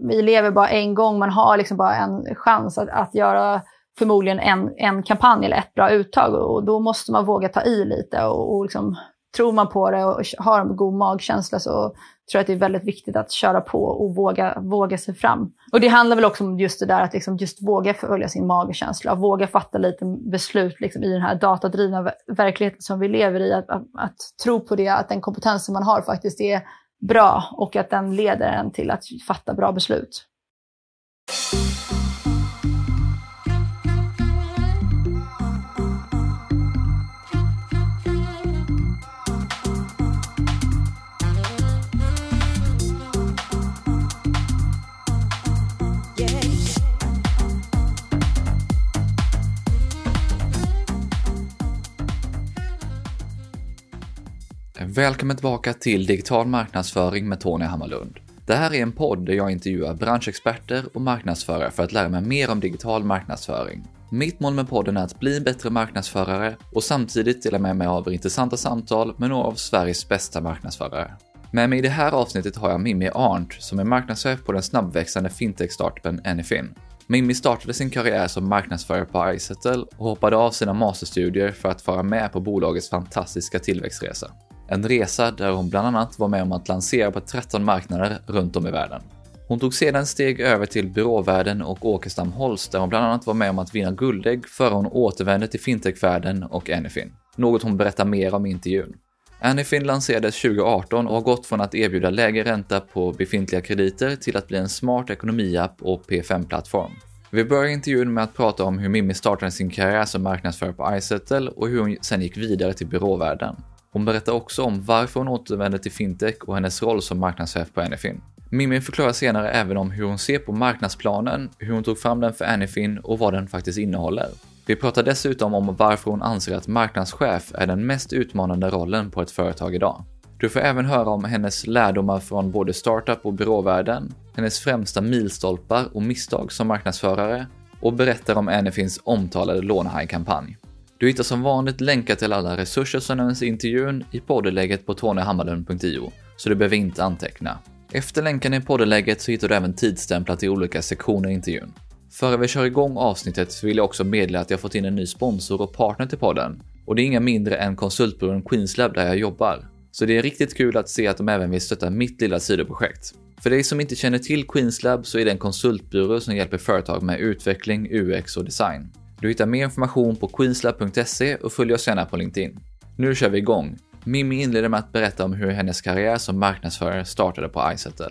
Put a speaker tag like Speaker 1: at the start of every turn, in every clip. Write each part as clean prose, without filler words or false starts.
Speaker 1: vi lever bara en gång, man har liksom bara en chans att göra förmodligen en kampanj eller ett bra uttag, och då måste man våga ta i lite och liksom, tror man på det och har en god magkänsla, så tror jag att det är väldigt viktigt att köra på och våga sig fram. Och det handlar väl också om just det där att liksom just våga följa sin magkänsla och våga fatta lite beslut liksom i den här datadrivna verkligheten som vi lever i, att tro på det, att den kompetensen man har faktiskt är bra och att den leder en till att fatta bra beslut.
Speaker 2: Välkommen tillbaka till Digital marknadsföring med Tony Hammarlund. Det här är en podd där jag intervjuar branschexperter och marknadsförare för att lära mig mer om digital marknadsföring. Mitt mål med podden är att bli en bättre marknadsförare och samtidigt dela med mig av intressanta samtal med några av Sveriges bästa marknadsförare. Med mig i det här avsnittet har jag Mimmi Arndt som är marknadschef på den snabbväxande fintech-startupen Anyfin. Mimmi startade sin karriär som marknadsförare på iSettle och hoppade av sina masterstudier för att vara med på bolagets fantastiska tillväxtresa. En resa där hon bland annat var med om att lansera på 13 marknader runt om i världen. Hon tog sedan steg över till byråvärlden och Åkestam Holst där hon bland annat var med om att vinna guldägg före hon återvände till fintechvärlden och Anyfin. Något hon berättar mer om i intervjun. Anyfin lanserades 2018 och har gått från att erbjuda lägre ränta på befintliga krediter till att bli en smart ekonomiapp och P5-plattform. Vi börjar intervjun med att prata om hur Mimmi startade sin karriär som marknadsförare på iSettle och hur hon sen gick vidare till byråvärlden. Hon berättar också om varför hon återvände till fintech och hennes roll som marknadschef på Anyfin. Mimmi förklarar senare även om hur hon ser på marknadsplanen, hur hon tog fram den för Anyfin och vad den faktiskt innehåller. Vi pratar dessutom om varför hon anser att marknadschef är den mest utmanande rollen på ett företag idag. Du får även höra om hennes lärdomar från både startup och byråvärlden, hennes främsta milstolpar och misstag som marknadsförare och berättar om Anyfins omtalade lånehaj-kampanj. Du hittar som vanligt länkar till alla resurser som nämns i intervjun i poddelägget på tonyhammarlund.io, så du behöver inte anteckna. Efter länken i poddelägget så hittar du även tidsstämplar till olika sektioner i intervjun. Före vi kör igång avsnittet så vill jag också meddela att jag fått in en ny sponsor och partner till podden. Och det är inga mindre än konsultbyrån Queenslab där jag jobbar. Så det är riktigt kul att se att de även vill stötta mitt lilla sidoprojekt. För dig som inte känner till Queenslab så är det en konsultbyrå som hjälper företag med utveckling, UX och design. Du hittar mer information på queenslab.se och följ oss gärna på LinkedIn. Nu kör vi igång. Mimmi inleder med att berätta om hur hennes karriär som marknadsförare startade på iSettle.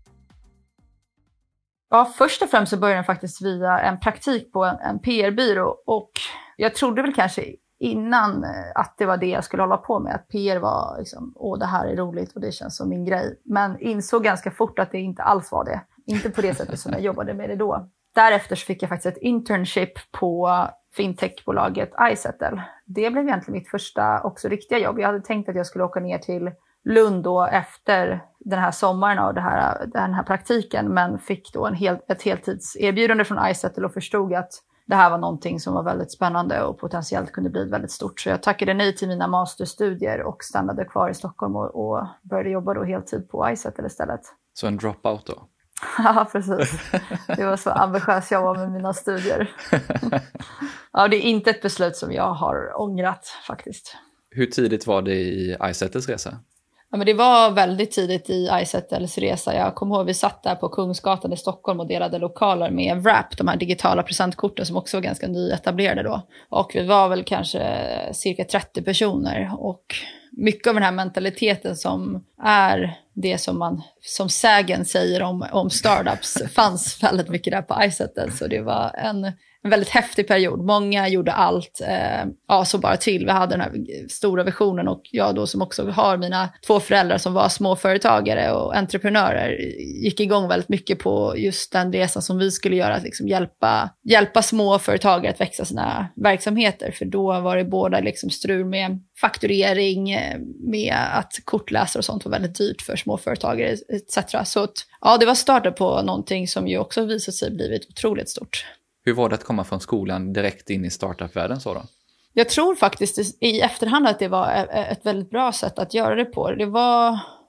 Speaker 1: Ja, först och främst så började den faktiskt via en praktik på en PR-byrå. Och jag trodde väl kanske innan att det var det jag skulle hålla på med. Att PR var liksom, det här är roligt och det känns som min grej. Men insåg ganska fort att det inte alls var det. Inte på det sättet som jag jobbade med det då. Därefter så fick jag faktiskt ett internship på fintechbolaget iSettle. Det blev egentligen mitt första också riktiga jobb. Jag hade tänkt att jag skulle åka ner till Lund då efter den här sommaren och den här praktiken. Men fick då ett heltidserbjudande från iSettle och förstod att det här var någonting som var väldigt spännande och potentiellt kunde bli väldigt stort. Så jag tackade nej till mina masterstudier och stannade kvar i Stockholm och började jobba då heltid på iSettle istället.
Speaker 2: Så en dropout då?
Speaker 1: Ja, precis. Det var så ambitiöst jag var med mina studier. Ja, det är inte ett beslut som jag har ångrat faktiskt.
Speaker 2: Hur tidigt var det i iSettles resa?
Speaker 1: Ja, men det var väldigt tidigt i iSettles resa. Jag kommer ihåg vi satt där på Kungsgatan i Stockholm och delade lokaler med Wrap, de här digitala presentkorten som också var ganska nyetablerade då. Och vi var väl kanske cirka 30 personer och mycket av den här mentaliteten som är det som man som sägen säger om startups fanns väldigt mycket där på iSettle. Så det var en väldigt häftig period. Många gjorde allt, så bara till. Vi hade den här stora visionen och jag då som också har mina 2 föräldrar som var småföretagare och entreprenörer gick igång väldigt mycket på just den resan som vi skulle göra, att liksom hjälpa småföretagare att växa sina verksamheter. För då var det båda liksom strul med fakturering, med att kortläsare och sånt var väldigt dyrt för småföretagare etc. Så det var starten på någonting som ju också visat sig blivit otroligt stort.
Speaker 2: Hur var det att komma från skolan direkt in i startup-världen så då?
Speaker 1: Jag tror faktiskt i efterhand att det var ett väldigt bra sätt att göra det på. Det var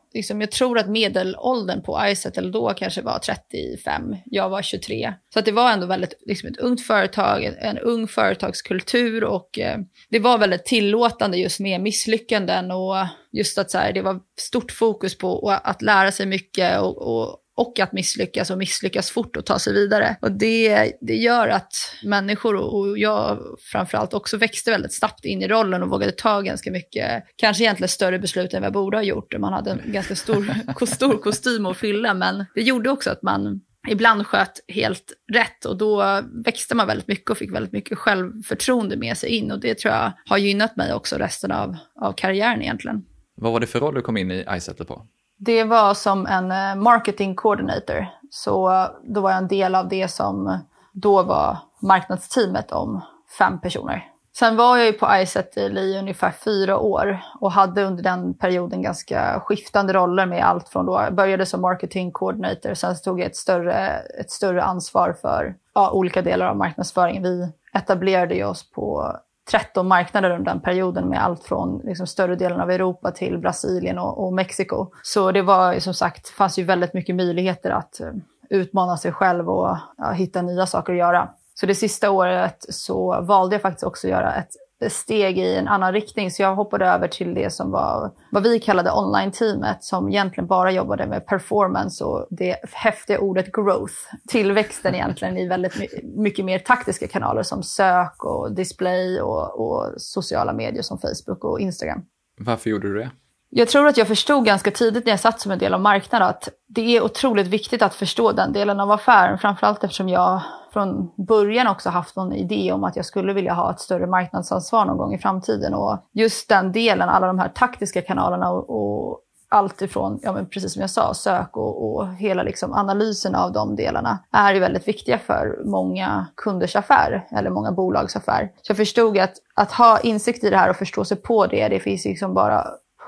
Speaker 1: liksom, jag tror att medelåldern på iSettle då kanske var 35, jag var 23. Så att det var ändå väldigt liksom, ett ungt företag, en ung företagskultur, och det var väldigt tillåtande just med misslyckanden, och just att så här, det var stort fokus på att lära sig mycket och att misslyckas fort och ta sig vidare. Och det gör att människor, och jag framförallt också, växte väldigt snabbt in i rollen och vågade ta ganska mycket, kanske egentligen större beslut än vad jag borde ha gjort. Man hade en ganska stor kostym att fylla, men det gjorde också att man ibland sköt helt rätt, och då växte man väldigt mycket och fick väldigt mycket självförtroende med sig in, och det tror jag har gynnat mig också resten av karriären egentligen.
Speaker 2: Vad var det för roll du kom in i iSettle på?
Speaker 1: Det var som en marketing coordinator, så då var jag en del av det som då var marknadsteamet om 5 personer. Sen var jag ju på iSettle i ungefär 4 år och hade under den perioden ganska skiftande roller med allt från då. Jag började som marketing coordinator, sen så tog jag ett större ansvar för olika delar av marknadsföringen. Vi etablerade ju oss på 13 marknader under den perioden med allt från liksom större delen av Europa till Brasilien och Mexiko. Så det var som sagt, fanns ju väldigt mycket möjligheter att utmana sig själv och hitta nya saker att göra. Så det sista året så valde jag faktiskt också att göra ett steg i en annan riktning. Så jag hoppade över till det som var vad vi kallade online-teamet, som egentligen bara jobbade med performance och det häftiga ordet growth. Tillväxten egentligen i väldigt mycket mer taktiska kanaler som sök och display och sociala medier som Facebook och Instagram.
Speaker 2: Varför gjorde du det?
Speaker 1: Jag tror att jag förstod ganska tidigt när jag satt som en del av marknaden att det är otroligt viktigt att förstå den delen av affären. Framförallt eftersom jag från början också haft någon idé om att jag skulle vilja ha ett större marknadsansvar någon gång i framtiden. Och just den delen, alla de här taktiska kanalerna och allt ifrån, ja men precis som jag sa, sök och hela liksom analysen av de delarna är ju väldigt viktiga för många kunders affär eller många bolags affär. Så jag förstod att ha insikt i det här och förstå sig på det finns liksom bara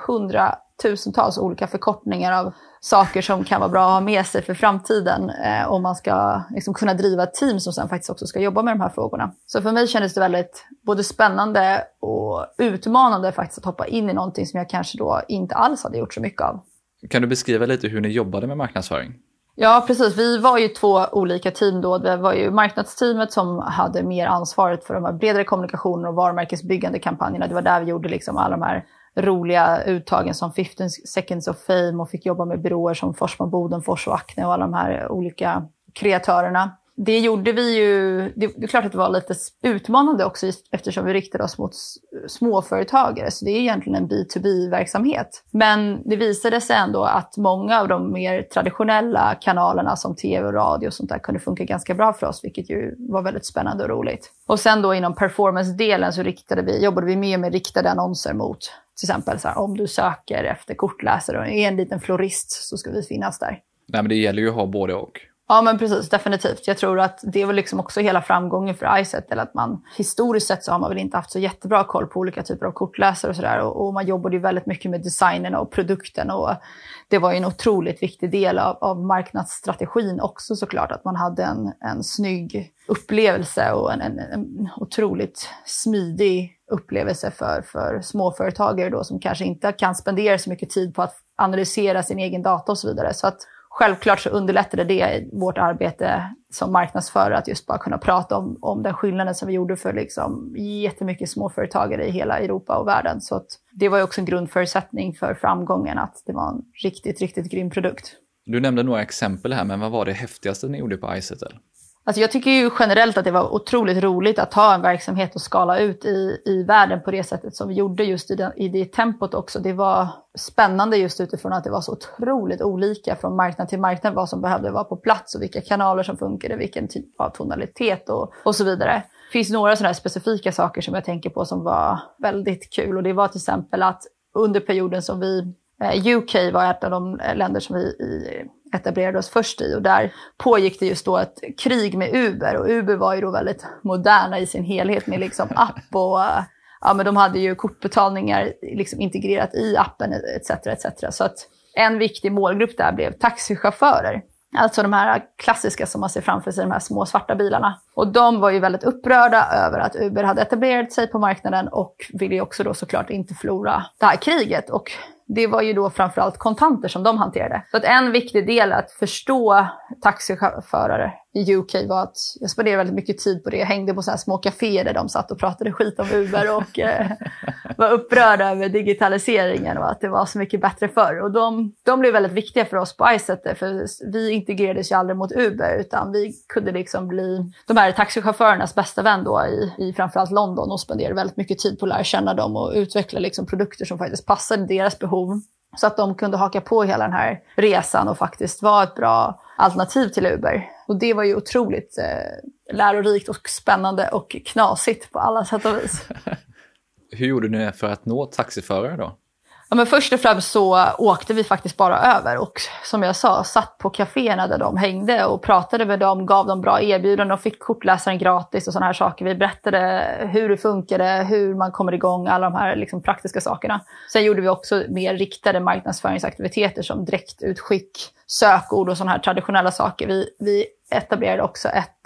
Speaker 1: 100,000-tals olika förkortningar av saker som kan vara bra att ha med sig för framtiden om man ska liksom kunna driva ett team som sen faktiskt också ska jobba med de här frågorna. Så för mig kändes det väldigt både spännande och utmanande faktiskt att hoppa in i någonting som jag kanske då inte alls hade gjort så mycket av.
Speaker 2: Kan du beskriva lite hur ni jobbade med marknadsföring?
Speaker 1: Ja, precis. Vi var ju 2 olika team då. Det var ju marknadsteamet som hade mer ansvaret för de här bredare kommunikationer och varumärkesbyggande kampanjerna. Det var där vi gjorde liksom alla de här roliga uttagen som 15 seconds of fame och fick jobba med byråer som Forsman, Bodenfors och Acne och alla de här olika kreatörerna. Det gjorde vi ju, det är klart att det var lite utmanande också eftersom vi riktade oss mot småföretagare. Så det är egentligen en B2B-verksamhet. Men det visade sig ändå att många av de mer traditionella kanalerna som tv och radio och sånt där kunde funka ganska bra för oss, vilket ju var väldigt spännande och roligt. Och sen då inom performance-delen så jobbade vi mer med riktade annonser mot till exempel så här, om du söker efter kortläsare och är en liten florist så ska vi finnas där.
Speaker 2: Nej, men det gäller ju att ha både och.
Speaker 1: Ja men precis, definitivt. Jag tror att det var liksom också hela framgången för iSettle, att man historiskt sett så har man väl inte haft så jättebra koll på olika typer av kortläsare och sådär. Och man jobbade ju väldigt mycket med designen och produkten och det var ju en otroligt viktig del av marknadsstrategin också såklart. Att man hade en snygg upplevelse och en otroligt smidig upplevelse för småföretagare då som kanske inte kan spendera så mycket tid på att analysera sin egen data och så vidare. Så att självklart så underlättade det vårt arbete som marknadsförare att just bara kunna prata om den skillnaden som vi gjorde för liksom jättemycket småföretagare i hela Europa och världen. Så att det var ju också en grundförutsättning för framgången att det var en riktigt, riktigt grym produkt.
Speaker 2: Du nämnde några exempel här, men vad var det häftigaste ni gjorde på iSettle?
Speaker 1: Alltså jag tycker ju generellt att det var otroligt roligt att ha en verksamhet och skala ut i världen på det sättet som vi gjorde just i det tempot också. Det var spännande just utifrån att det var så otroligt olika från marknad till marknad vad som behövde vara på plats och vilka kanaler som funkade, vilken typ av tonalitet och så vidare. Det finns några sådana här specifika saker som jag tänker på som var väldigt kul och det var till exempel att under perioden som UK var ett av de länder som vi etablerade oss först i och där pågick det just då ett krig med Uber och Uber var ju då väldigt moderna i sin helhet med liksom app och ja men de hade ju kortbetalningar liksom integrerat i appen etc. Så att en viktig målgrupp där blev taxichaufförer. Alltså de här klassiska som man ser framför sig, de här små svarta bilarna. Och de var ju väldigt upprörda över att Uber hade etablerat sig på marknaden och ville ju också då såklart inte förlora det här kriget. Och det var ju då framförallt kontanter som de hanterade. Så att en viktig del att förstå taxichaufförer i UK var att jag spenderade väldigt mycket tid på det. Jag hängde på så här små kaféer där de satt och pratade skit om Uber och var upprörda över digitaliseringen och att det var så mycket bättre förr. Och de blev väldigt viktiga för oss på iSetter, för vi integrerades ju aldrig mot Uber, utan vi kunde liksom bli de här taxichaufförernas bästa vän då i framförallt London, och spenderade väldigt mycket tid på att lära känna dem och utveckla liksom produkter som faktiskt passade deras behov. Så att de kunde haka på hela den här resan och faktiskt vara ett bra alternativ till Uber. Och det var ju otroligt lärorikt och spännande och knasigt på alla sätt och vis.
Speaker 2: Hur gjorde ni för att nå taxiförare då?
Speaker 1: Ja, men först och främst så åkte vi faktiskt bara över och som jag sa, satt på kaféerna där de hängde och pratade med dem, gav dem bra erbjudanden och fick kortläsaren gratis och sådana här saker. Vi berättade hur det funkade, hur man kommer igång, alla de här liksom praktiska sakerna. Sen gjorde vi också mer riktade marknadsföringsaktiviteter som direktutskick, sökord och sådana här traditionella saker. Vi etablerade också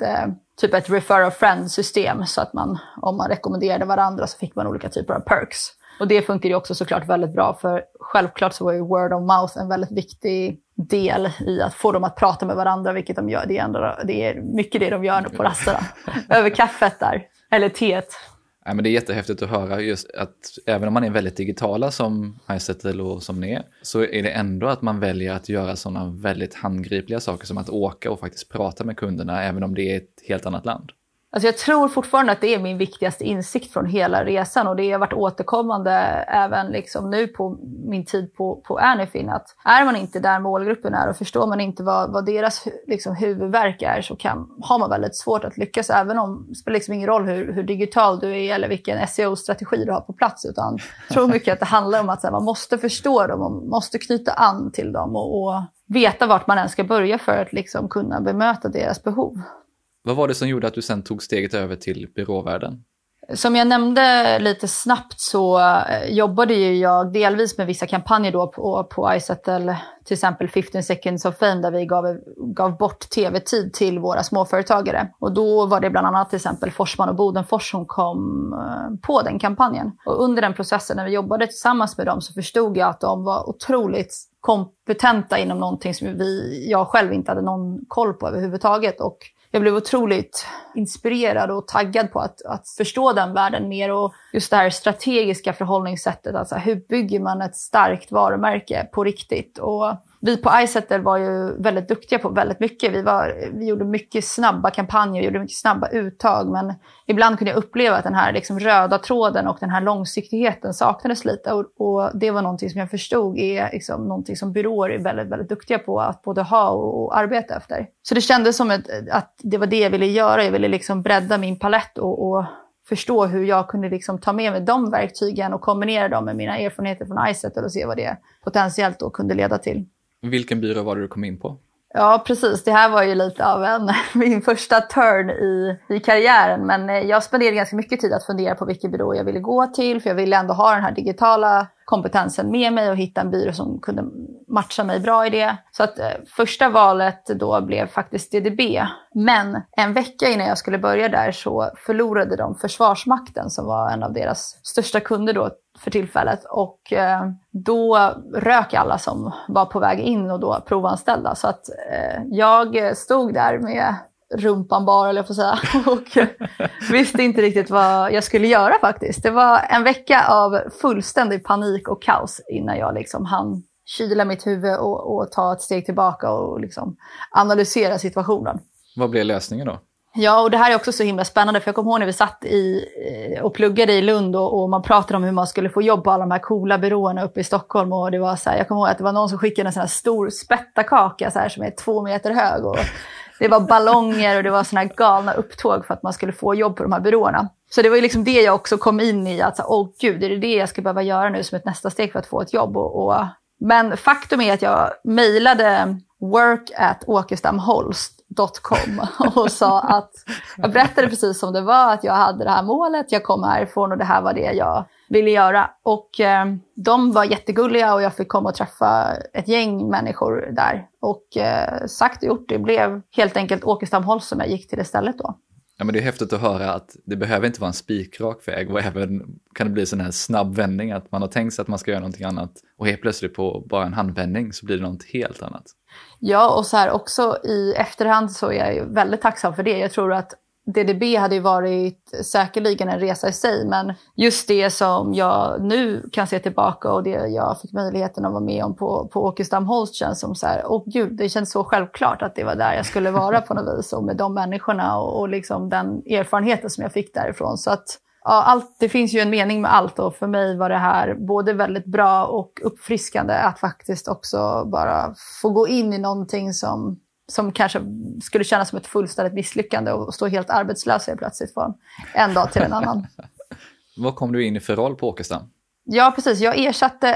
Speaker 1: ett refer a friend-system, så att om man rekommenderade varandra så fick man olika typer av perks. Och det funkar ju också såklart väldigt bra, för självklart så var ju word of mouth en väldigt viktig del i att få dem att prata med varandra, vilket de gör. Det är mycket det de gör nu på rasterna. Över kaffet där, eller teet.
Speaker 2: Ja, men det är jättehäftigt att höra just att även om man är väldigt digitala som iSettle och som ni är, så är det ändå att man väljer att göra sådana väldigt handgripliga saker som att åka och faktiskt prata med kunderna, även om det är ett helt annat land.
Speaker 1: Alltså jag tror fortfarande att det är min viktigaste insikt från hela resan, och det har varit återkommande även liksom nu på min tid på Anyfin, att är man inte där målgruppen är och förstår man inte vad deras liksom huvudverk är, så har man väldigt svårt att lyckas, även om det spelar liksom ingen roll hur digital du är eller vilken SEO-strategi du har på plats, utan jag tror mycket att det handlar om att så här, man måste förstå dem och måste knyta an till dem och veta vart man än ska börja för att liksom kunna bemöta deras behov.
Speaker 2: Vad var det som gjorde att du sen tog steget över till byråvärlden?
Speaker 1: Som jag nämnde lite snabbt så jobbade ju jag delvis med vissa kampanjer då på iSettle, till exempel 15 seconds of fame, där vi gav bort tv-tid till våra småföretagare. Och då var det bland annat till exempel Forsman och Bodenfors som kom på den kampanjen. Och under den processen när vi jobbade tillsammans med dem så förstod jag att de var otroligt kompetenta inom någonting som jag själv inte hade någon koll på överhuvudtaget, och jag blev otroligt inspirerad och taggad på att förstå den världen mer, och just det här strategiska förhållningssättet. Alltså hur bygger man ett starkt varumärke på riktigt? Och vi på iSettle var ju väldigt duktiga på väldigt mycket. Vi gjorde mycket snabba kampanjer, vi gjorde mycket snabba uttag, men ibland kunde jag uppleva att den här liksom röda tråden och den här långsiktigheten saknades lite. Och det var någonting som jag förstod är liksom någonting som byråer är väldigt, väldigt duktiga på att både ha och arbeta efter. Så det kändes som att det var det jag ville göra. Jag ville liksom bredda min palett och förstå hur jag kunde liksom ta med mig de verktygen och kombinera dem med mina erfarenheter från iSettle och se vad det potentiellt då kunde leda till.
Speaker 2: Vilken byrå var det du kom in på?
Speaker 1: Ja, precis. Det här var ju lite av min första turn i karriären. Men jag spenderade ganska mycket tid att fundera på vilken byrå jag ville gå till. För jag ville ändå ha den här digitala kompetensen med mig och hitta en byrå som kunde matcha mig bra i det. Så att första valet då blev faktiskt DDB. Men en vecka innan jag skulle börja där så förlorade de Försvarsmakten, som var en av deras största kunder då för tillfället. Och då rök alla som var på väg in och då provanställda. Så att jag stod där med rumpan bara, eller jag får säga, och visste inte riktigt vad jag skulle göra faktiskt. Det var en vecka av fullständig panik och kaos innan jag liksom hann kyla mitt huvud och ta ett steg tillbaka och liksom analysera situationen.
Speaker 2: Vad blev lösningen då?
Speaker 1: Ja, och det här är också så himla spännande, för jag kommer ihåg när vi satt och pluggade i Lund och man pratade om hur man skulle få jobb på alla de här coola byråerna uppe i Stockholm, och det var så här, jag kommer ihåg att det var någon som skickade en sån här stor spättakaka så här, som är 2 meter hög, och det var ballonger och det var såna här galna upptåg för att man skulle få jobb på de här byråerna. Så det var ju liksom det jag också kom in i, att gud, är det jag ska behöva göra nu som ett nästa steg för att få ett jobb? Men faktum är att jag mejlade work@åkestamholst.com och sa att jag berättade precis som det var, att jag hade det här målet, jag kom härifrån och det här var det jag ville göra. Och de var jättegulliga och jag fick komma och träffa ett gäng människor där. Och sagt och gjort, det blev helt enkelt Åkestam Holst som jag gick till istället då.
Speaker 2: Ja, men det är häftigt att höra att det behöver inte vara en spikrak väg och även kan det bli sån här snabb vändning att man har tänkt sig att man ska göra någonting annat och helt plötsligt på bara en handvändning så blir det något helt annat.
Speaker 1: Ja, och så här också i efterhand så är jag ju väldigt tacksam för det. Jag tror att DDB hade ju varit säkerligen en resa i sig, men just det som jag nu kan se tillbaka och det jag fick möjligheten att vara med om på Åkestam Holst känns som så här, gud, det känns så självklart att det var där jag skulle vara på något vis och med de människorna och liksom den erfarenheten som jag fick därifrån. Så att ja, det finns ju en mening med allt och för mig var det här både väldigt bra och uppfriskande att faktiskt också bara få gå in i någonting som kanske skulle kännas som ett fullständigt misslyckande och stå helt arbetslös plötsligt från en dag till en annan.
Speaker 2: Vad kom du in i för roll på Åkestam?
Speaker 1: Ja, precis. Jag ersatte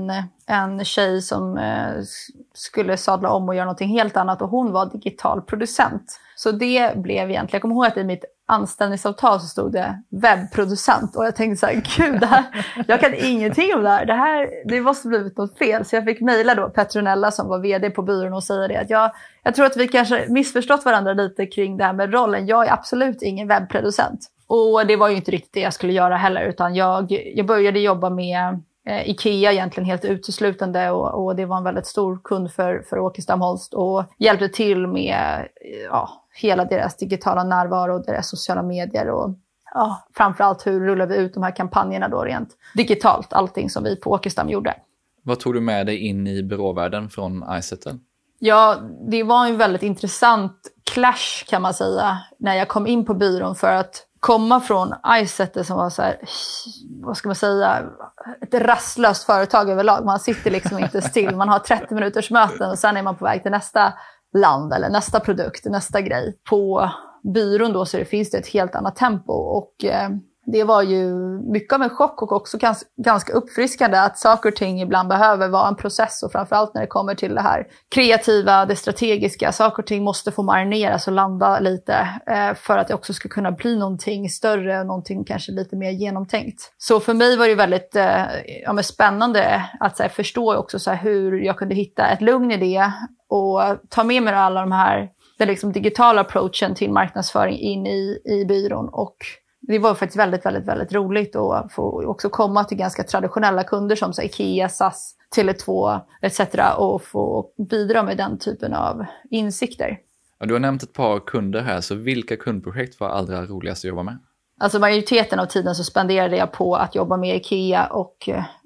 Speaker 1: en tjej som skulle sadla om och göra någonting helt annat och hon var digital producent. Så det blev egentligen, jag kommer ihåg att i mitt anställningsavtal så stod det webbproducent och jag tänkte så här, gud, jag kan ingenting om det här, det måste blivit något fel. Så jag fick mejla då Petronella som var vd på byrån och säga det att jag tror att vi kanske missförstått varandra lite kring det här med rollen. Jag är absolut ingen webbproducent. Och det var ju inte riktigt det jag skulle göra heller, utan jag började jobba med IKEA egentligen helt uteslutande och det var en väldigt stor kund för Åkestam Holst och hjälpte till med hela deras digitala närvaro och deras sociala medier och framförallt hur rullar vi ut de här kampanjerna då rent digitalt, allting som vi på Åkestam gjorde.
Speaker 2: Vad tog du med dig in i byråvärlden från iSettle?
Speaker 1: Ja, det var en väldigt intressant clash kan man säga när jag kom in på byrån för att komma från iSettle som var så här, vad ska man säga, ett rastlöst företag överlag. Man sitter liksom inte still, man har 30 minuters möten och sen är man på väg till nästa land eller nästa produkt, nästa grej. På byrån då så finns det ett helt annat tempo och det var ju mycket av en chock och också ganska uppfriskande att saker och ting ibland behöver vara en process och framförallt när det kommer till det här kreativa, det strategiska. Saker och ting måste få marineras och landa lite för att det också ska kunna bli någonting större och någonting kanske lite mer genomtänkt. Så för mig var det väldigt spännande att förstå också så här, hur jag kunde hitta ett lugn i det och ta med mig alla de här, den liksom digitala approachen till marknadsföring in i byrån och det var faktiskt väldigt, väldigt, väldigt roligt att få också komma till ganska traditionella kunder som så IKEA, SAS, Tele2 etc. och få bidra med den typen av insikter.
Speaker 2: Ja, du har nämnt ett par kunder här, så vilka kundprojekt var allra roligast att jobba med?
Speaker 1: Alltså majoriteten av tiden så spenderade jag på att jobba med IKEA och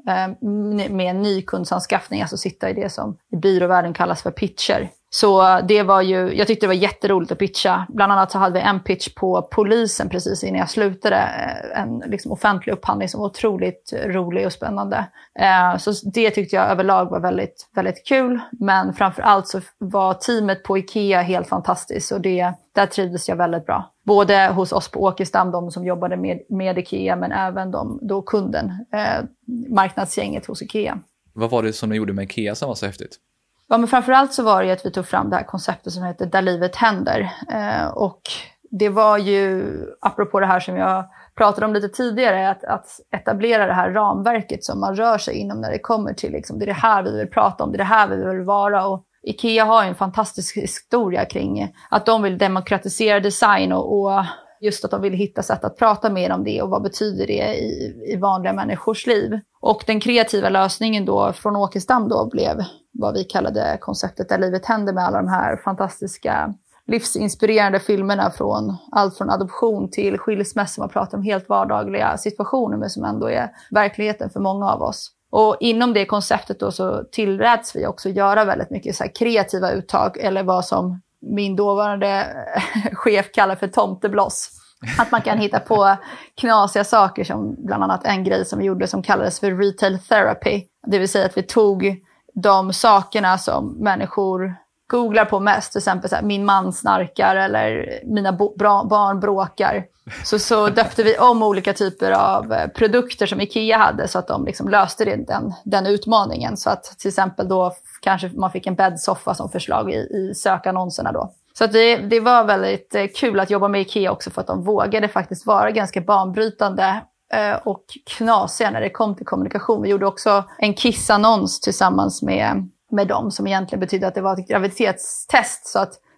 Speaker 1: med ny kundsanskaffning, alltså sitta i det som i byråvärlden kallas för pitcher. Så det var ju, jag tyckte det var jätteroligt att pitcha. Bland annat så hade vi en pitch på polisen precis innan jag slutade. En liksom offentlig upphandling som var otroligt rolig och spännande. Så det tyckte jag överlag var väldigt, väldigt kul. Men framförallt så var teamet på IKEA helt fantastiskt. Och där trivdes jag väldigt bra. Både hos oss på Åkestam, de som jobbade med IKEA, men även då kunden, marknadsgänget hos IKEA.
Speaker 2: Vad var det som du gjorde med IKEA som var så häftigt?
Speaker 1: Ja, men framförallt så var det att vi tog fram det här konceptet som heter Där livet händer. Och det var ju, apropå det här som jag pratade om lite tidigare, att etablera det här ramverket som man rör sig inom när det kommer till liksom, det är det här vi vill prata om, det är det här vi vill vara. Och IKEA har en fantastisk historia kring att de vill demokratisera design och just att de vill hitta sätt att prata mer om det och vad betyder det i vanliga människors liv. Och den kreativa lösningen då från Åkestam då blev vad vi kallade konceptet Där livet händer, med alla de här fantastiska livsinspirerande filmerna från allt från adoption till skilsmässa. Man pratar om helt vardagliga situationer men som ändå är verkligheten för många av oss. Och inom det konceptet då så tillräts vi också göra väldigt mycket så här kreativa uttag, eller vad som min dåvarande chef kallar för tomtebloss. Att man kan hitta på knasiga saker, som bland annat en grej som vi gjorde som kallades för retail therapy. Det vill säga att vi tog de sakerna som människor googlar på mest, till exempel så här, min man snarkar eller mina barn bråkar. Så döpte vi om olika typer av produkter som IKEA hade så att de liksom löste den utmaningen. Så att till exempel då kanske man fick en bäddsoffa som förslag i sökannonserna då. Så att det var väldigt kul att jobba med IKEA också, för att de vågade faktiskt vara ganska banbrytande och knasiga när det kom till kommunikation. Vi gjorde också en kissannons tillsammans med dem, som egentligen betydde att det var ett graviditetstest, så att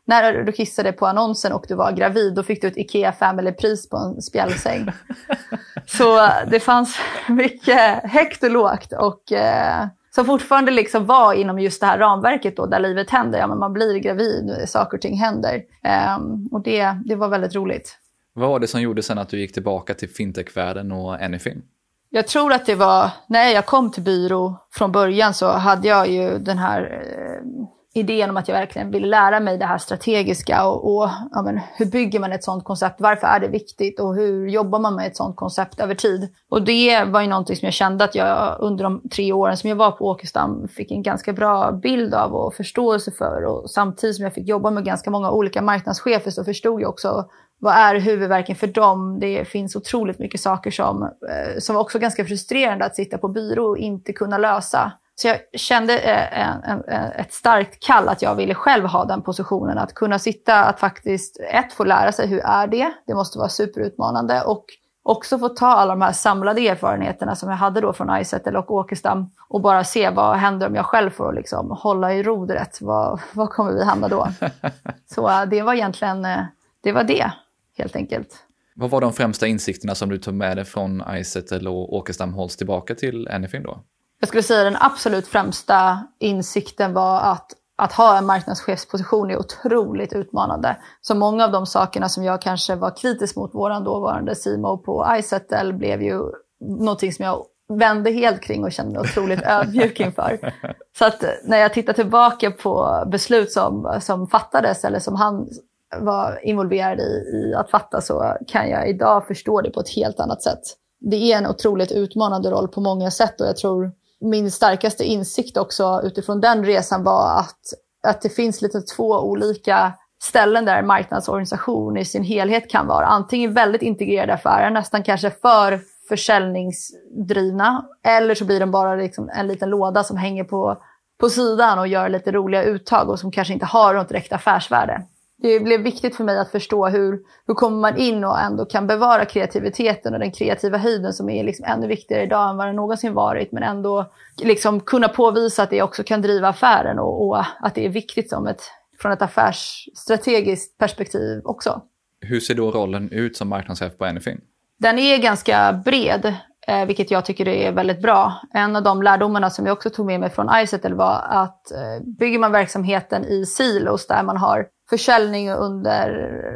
Speaker 1: när du kissade på annonsen och du var gravid, då fick du ett IKEA Family-pris på en spjälsäng. Så det fanns mycket högt och lågt och som fortfarande liksom var inom just det här ramverket då, där livet händer. Ja, men man blir gravid, saker och ting händer. Och det var väldigt roligt.
Speaker 2: Vad var det som gjorde sen att du gick tillbaka till fintechvärlden och Anyfin?
Speaker 1: Jag tror att det var, när jag kom till byrå från början så hade jag ju den här idén om att jag verkligen ville lära mig det här strategiska och ja, men hur bygger man ett sånt koncept, varför är det viktigt och hur jobbar man med ett sånt koncept över tid. Och det var ju någonting som jag kände att jag under de 3 åren som jag var på Åkestam fick en ganska bra bild av och förståelse för, och samtidigt som jag fick jobba med ganska många olika marknadschefer så förstod jag också vad är huvudverken för dem. Det finns otroligt mycket saker som var också ganska frustrerande att sitta på byrå och inte kunna lösa. Så jag kände ett starkt kall att jag ville själv ha den positionen. Att kunna sitta, att faktiskt få lära sig hur är det. Det måste vara superutmanande. Och också få ta alla de här samlade erfarenheterna som jag hade då från Izettle och Åkestam. Och bara se vad händer om jag själv får liksom hålla i rodret. Vad kommer vi hamna då? Så det var egentligen, det var det helt enkelt.
Speaker 2: Vad var de främsta insikterna som du tog med dig från Izettle och Åkestam hålls tillbaka till Anyfin då?
Speaker 1: Jag skulle säga den absolut främsta insikten var att ha en marknadschefsposition är otroligt utmanande. Så många av de sakerna som jag kanske var kritisk mot våran dåvarande CMO på Izettle blev ju någonting som jag vände helt kring och kände mig otroligt ödmjuk inför. Så att när jag tittar tillbaka på beslut som fattades eller som han var involverad i att fatta, så kan jag idag förstå det på ett helt annat sätt. Det är en otroligt utmanande roll på många sätt, och jag tror min starkaste insikt också utifrån den resan var att det finns lite 2 olika ställen där marknadsorganisation i sin helhet kan vara. Antingen väldigt integrerade affärer, nästan kanske för försäljningsdrivna, eller så blir de bara liksom en liten låda som hänger på sidan och gör lite roliga uttag och som kanske inte har något direkt affärsvärde. Det blev viktigt för mig att förstå hur kommer man in och ändå kan bevara kreativiteten och den kreativa höjden som är liksom ännu viktigare idag än vad det någonsin varit, men ändå liksom kunna påvisa att det också kan driva affären och att det är viktigt från ett affärsstrategiskt perspektiv också.
Speaker 2: Hur ser då rollen ut som marknadschef på Anyfin?
Speaker 1: Den är ganska bred, vilket jag tycker är väldigt bra. En av de lärdomarna som jag också tog med mig från Izettle var att bygger man verksamheten i silos där man har försäljning under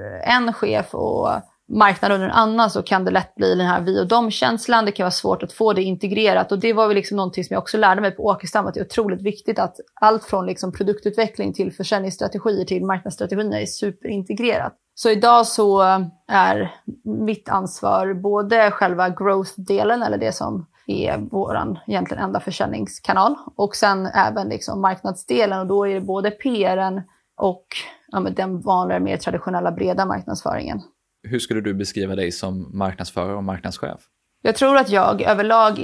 Speaker 1: en chef och marknad under en annan, så kan det lätt bli den här vi och dem-känslan. Det kan vara svårt att få det integrerat, och det var väl liksom någonting som jag också lärde mig på Åkestam, att det är otroligt viktigt att allt från liksom produktutveckling till försäljningsstrategier till marknadsstrategierna är superintegrerat. Så idag så är mitt ansvar både själva growth-delen, eller det som är våran egentligen enda försäljningskanal, och sen även liksom marknadsdelen, och då är det både PR:en och den vanliga mer traditionella breda marknadsföringen.
Speaker 2: Hur skulle du beskriva dig som marknadsförare och marknadschef?
Speaker 1: Jag tror att jag överlag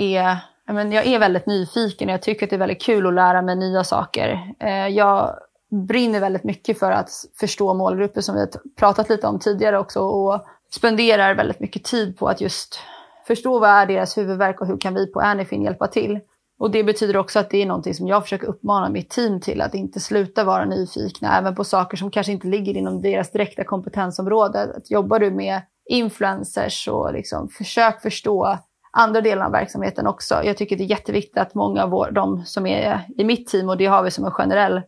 Speaker 1: jag är väldigt nyfiken. Jag tycker att det är väldigt kul att lära mig nya saker. Jag brinner väldigt mycket för att förstå målgrupper, som vi har pratat lite om tidigare också, och spenderar väldigt mycket tid på att just förstå vad är deras huvudverk och hur kan vi på Anyfin hjälpa till. Och det betyder också att det är någonting som jag försöker uppmana mitt team till, att inte sluta vara nyfikna även på saker som kanske inte ligger inom deras direkta kompetensområde. Att jobbar du med influencers, och liksom försök förstå andra delar av verksamheten också. Jag tycker det är jätteviktigt att många av de som är i mitt team, och det har vi som en generell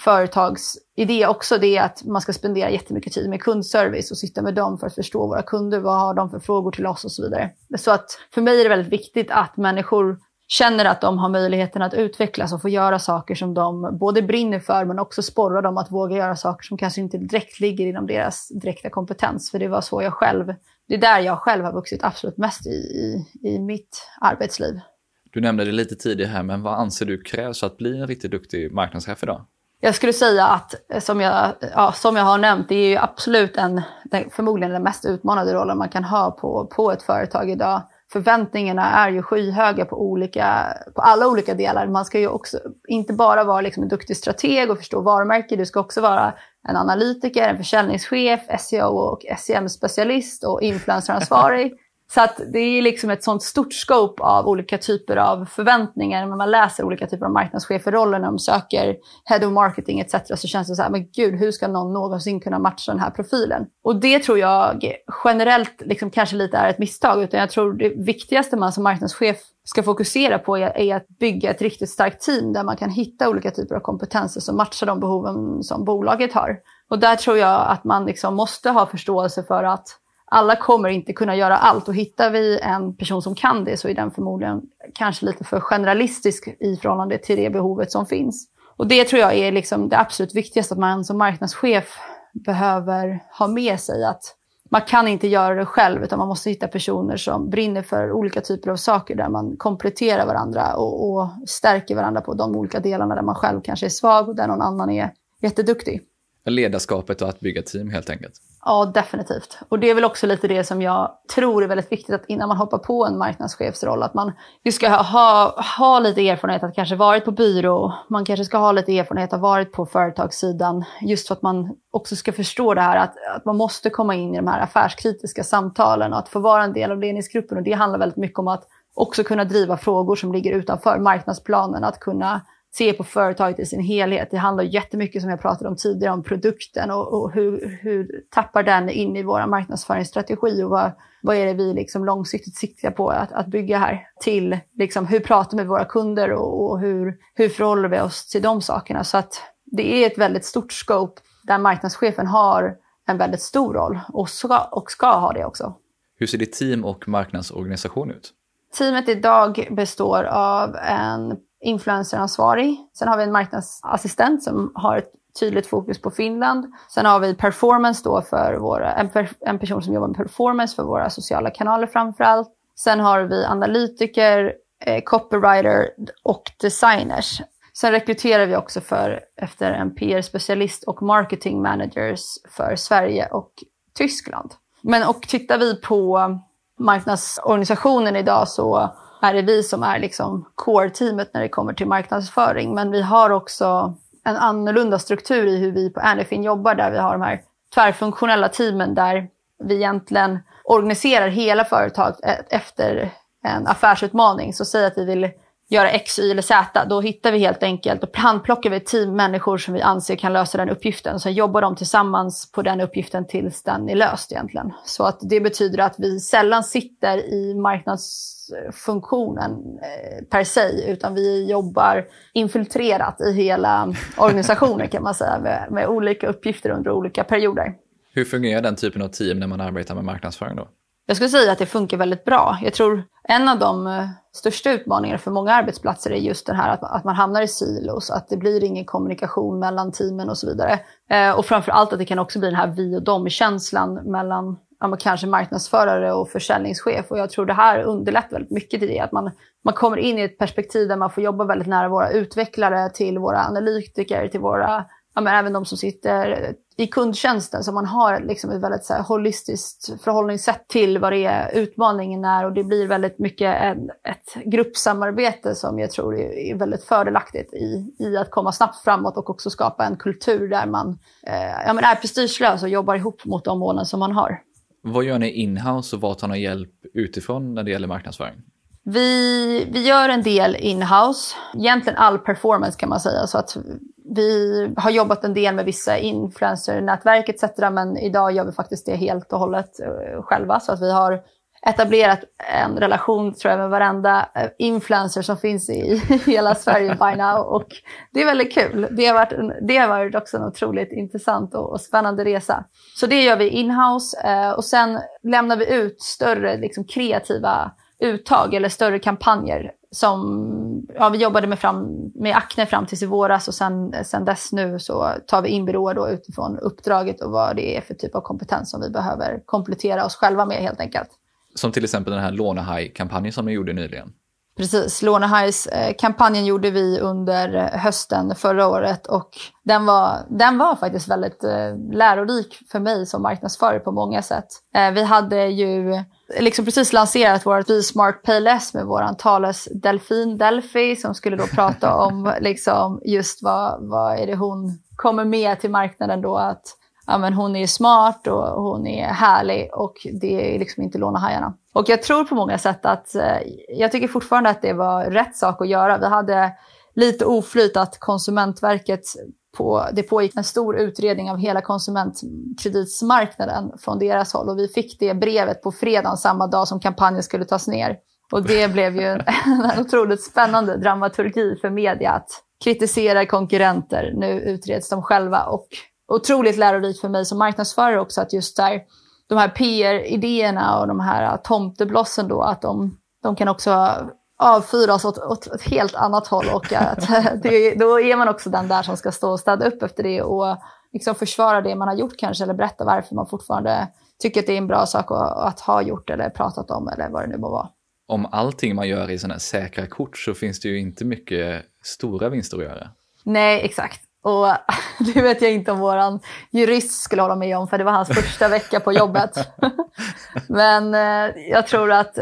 Speaker 1: företagsidé också, det är att man ska spendera jättemycket tid med kundservice och sitta med dem för att förstå våra kunder, vad har de för frågor till oss och så vidare. Så att för mig är det väldigt viktigt att människor känner att de har möjligheten att utvecklas och få göra saker som de både brinner för, men också sporrar dem att våga göra saker som kanske inte direkt ligger inom deras direkta kompetens. För det var så det är där jag själv har vuxit absolut mest i mitt arbetsliv.
Speaker 2: Du nämnde det lite tidigare här, men vad anser du krävs för att bli en riktigt duktig marknadschef idag?
Speaker 1: Jag skulle säga att, som jag har nämnt, det är ju absolut förmodligen den mest utmanande rollen man kan ha på ett företag idag. Förväntningarna är ju skyhöga på alla olika delar. Man ska ju också inte bara vara liksom en duktig strateg och förstå varumärke. Du ska också vara en analytiker, en försäljningschef, SEO och SEM-specialist och influenceransvarig. Så att det är liksom ett sånt stort scope av olika typer av förväntningar. När man läser olika typer av marknadscheferroller när de söker head of marketing etc. så känns det så här, men gud, hur ska någon någonsin kunna matcha den här profilen? Och det tror jag generellt liksom kanske lite är ett misstag. Utan jag tror det viktigaste man som marknadschef ska fokusera på är att bygga ett riktigt starkt team där man kan hitta olika typer av kompetenser som matchar de behoven som bolaget har. Och där tror jag att man liksom måste ha förståelse för att alla kommer inte kunna göra allt, och hittar vi en person som kan det så är den förmodligen kanske lite för generalistisk i förhållande till det behovet som finns. Och det tror jag är liksom det absolut viktigaste, att man som marknadschef behöver ha med sig, att man kan inte göra det själv utan man måste hitta personer som brinner för olika typer av saker där man kompletterar varandra och stärker varandra på de olika delarna där man själv kanske är svag och där någon annan är jätteduktig.
Speaker 2: Ledarskapet och att bygga team helt enkelt.
Speaker 1: Ja, definitivt. Och det är väl också lite det som jag tror är väldigt viktigt, att innan man hoppar på en marknadschefsroll, att man ska ha lite erfarenhet att kanske varit på byrå. Man kanske ska ha lite erfarenhet att varit på företagssidan. Just för att man också ska förstå det här att man måste komma in i de här affärskritiska samtalen och att få vara en del av ledningsgruppen. Och det handlar väldigt mycket om att också kunna driva frågor som ligger utanför marknadsplanen, att kunna se på företaget i sin helhet. Det handlar jättemycket, som jag pratade om tidigare, om produkten och hur tappar den in i vår marknadsföringsstrategi och vad är det vi liksom långsiktigt siktar på att bygga här, till liksom hur pratar vi med våra kunder och hur förhåller vi oss till de sakerna. Så att det är ett väldigt stort scope där marknadschefen har en väldigt stor roll och ska ha det också.
Speaker 2: Hur ser ditt team och marknadsorganisation ut?
Speaker 1: Teamet idag består av en influenceransvarig. Sen har vi en marknadsassistent som har ett tydligt fokus på Finland. Sen har vi performance då för en person som jobbar med performance för våra sociala kanaler framförallt. Sen har vi analytiker, copywriter och designers. Sen rekryterar vi också efter en PR-specialist och marketing managers för Sverige och Tyskland. Och tittar vi på marknadsorganisationen idag så är det vi som är liksom core-teamet när det kommer till marknadsföring. Men vi har också en annorlunda struktur i hur vi på Anyfin jobbar, där vi har de här tvärfunktionella teamen där vi egentligen organiserar hela företaget efter en affärsutmaning. Så säg att vi vill göra X, Y eller Z, då hittar vi helt enkelt och handplockar vi ett team människor som vi anser kan lösa den uppgiften. Så jobbar de tillsammans på den uppgiften tills den är löst egentligen. Så att det betyder att vi sällan sitter i marknadsfunktionen per se, utan vi jobbar infiltrerat i hela organisationen kan man säga, med olika uppgifter under olika perioder.
Speaker 2: Hur fungerar den typen av team när man arbetar med marknadsföring då?
Speaker 1: Jag skulle säga att det funkar väldigt bra. Jag tror en av de största utmaningarna för många arbetsplatser är just den här att man hamnar i silos, att det blir ingen kommunikation mellan teamen och så vidare. Och framförallt att det kan också bli den här vi och dem-känslan mellan kanske marknadsförare och försäljningschef. Och jag tror det här underlättar väldigt mycket till det. Att man kommer in i ett perspektiv där man får jobba väldigt nära våra utvecklare, till våra analytiker, till våra även de som sitter i kundtjänsten, så man har liksom ett väldigt så här holistiskt förhållningssätt till vad det är utmaningen är, och det blir väldigt mycket ett gruppsamarbete som jag tror är väldigt fördelaktigt i att komma snabbt framåt och också skapa en kultur där man är prestigelös och jobbar ihop mot de målen som man har.
Speaker 2: Vad gör ni in-house och vad tar ni hjälp utifrån när det gäller marknadsföring?
Speaker 1: Vi gör en del in-house, egentligen all performance kan man säga, så att vi har jobbat en del med vissa influencer-nätverk etc. Men idag gör vi faktiskt det helt och hållet själva, så att vi har etablerat en relation tror jag med varenda influencer som finns i hela Sverige by now, och det är väldigt kul. Det har varit också en otroligt intressant och spännande resa. Så det gör vi in-house, och sen lämnar vi ut större liksom kreativa uttag eller större kampanjer som vi jobbade med Acne fram tills i våras, och sen dess nu så tar vi in byråer då utifrån uppdraget och vad det är för typ av kompetens som vi behöver komplettera oss själva med helt enkelt. Som
Speaker 2: till exempel den här Lånehaj-kampanjen som ni gjorde nyligen.
Speaker 1: Precis, Lånehajs-kampanjen gjorde vi under hösten förra året, och den var faktiskt väldigt lärorik för mig som marknadsförare på många sätt. Vi hade ju liksom precis lanserat vårt Be Smart Pay Less med våran talesdelfin Delphi, som skulle då prata om liksom just vad är det hon kommer med till marknaden då ja, men hon är smart och hon är härlig och det är liksom inte låna hajarna. Och jag tror på många sätt att jag tycker fortfarande att det var rätt sak att göra. Vi hade lite oflyt att Konsumentverket det pågick en stor utredning av hela konsumentkreditsmarknaden från deras håll. Och vi fick det brevet på fredagen samma dag som kampanjen skulle tas ner. Och det blev ju en otroligt spännande dramaturgi för media att kritisera konkurrenter. Nu utreds de själva och otroligt lärorikt för mig som marknadsförare också att just där de här PR-idéerna och de här tomteblossen då att de kan också avfyras åt ett helt annat håll och att då är man också den där som ska stå och städa upp efter det och liksom försvara det man har gjort kanske eller berätta varför man fortfarande tycker att det är en bra sak att ha gjort eller pratat om eller vad det nu må vara.
Speaker 2: Om allting man gör i sådana här säkra kort så finns det ju inte mycket stora vinster att göra.
Speaker 1: Nej, exakt. Och det vet jag inte om våran jurist skulle hålla med om för det var hans första vecka på jobbet. Men jag tror att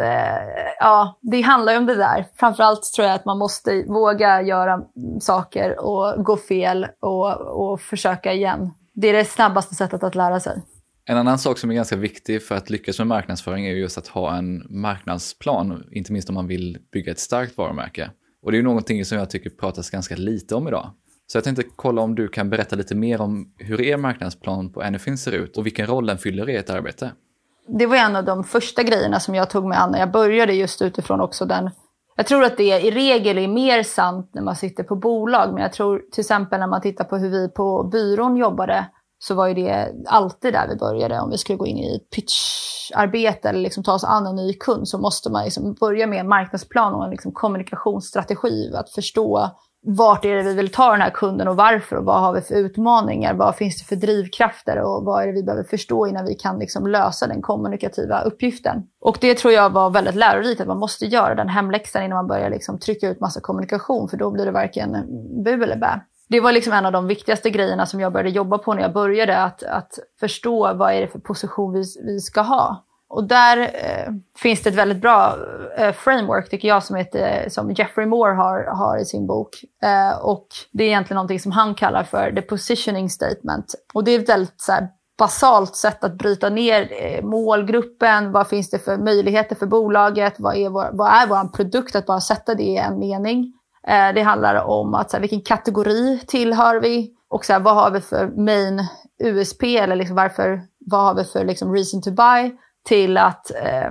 Speaker 1: det handlar ju om det där. Framförallt tror jag att man måste våga göra saker och gå fel och försöka igen. Det är det snabbaste sättet att lära sig.
Speaker 2: En annan sak som är ganska viktig för att lyckas med marknadsföring är just att ha en marknadsplan, inte minst om man vill bygga ett starkt varumärke. Och det är ju någonting som jag tycker pratas ganska lite om idag. Så jag tänkte kolla om du kan berätta lite mer om hur er marknadsplan på Anyfin ser ut och vilken roll den fyller i ert arbete. Det
Speaker 1: var en av de första grejerna som jag tog mig an när jag började just utifrån också den. Jag tror att det i regel är mer sant när man sitter på bolag. Men jag tror till exempel när man tittar på hur vi på byrån jobbade så var ju det alltid där vi började. Om vi skulle gå in i ett pitcharbete eller liksom ta oss an en ny kund så måste man liksom börja med en marknadsplan och en liksom kommunikationsstrategi. Att förstå vart är det vi vill ta den här kunden och varför och vad har vi för utmaningar, vad finns det för drivkrafter och vad är det vi behöver förstå innan vi kan liksom lösa den kommunikativa uppgiften. Och det tror jag var väldigt lärorikt att man måste göra den hemläxan innan man börjar liksom trycka ut massa kommunikation för då blir det varken bu eller bä. Det var liksom en av de viktigaste grejerna som jag började jobba på när jag började att förstå vad är det för position vi ska ha. Och där finns det ett väldigt bra framework tycker jag som Jeffrey Moore har i sin bok. Och det är egentligen någonting som han kallar för the positioning statement. Och det är ett väldigt så här, basalt sätt att bryta ner målgruppen. Vad finns det för möjligheter för bolaget? Vad är vår produkt? Att bara sätta det i en mening. Det handlar om att så här, vilken kategori tillhör vi? Och så här, vad har vi för main USP? Eller liksom vad har vi för liksom reason to buy? Till att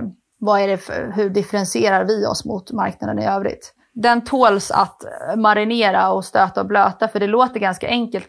Speaker 1: hur differentierar vi oss mot marknaden i övrigt. Den tåls att marinera och stöta och blöta för det låter ganska enkelt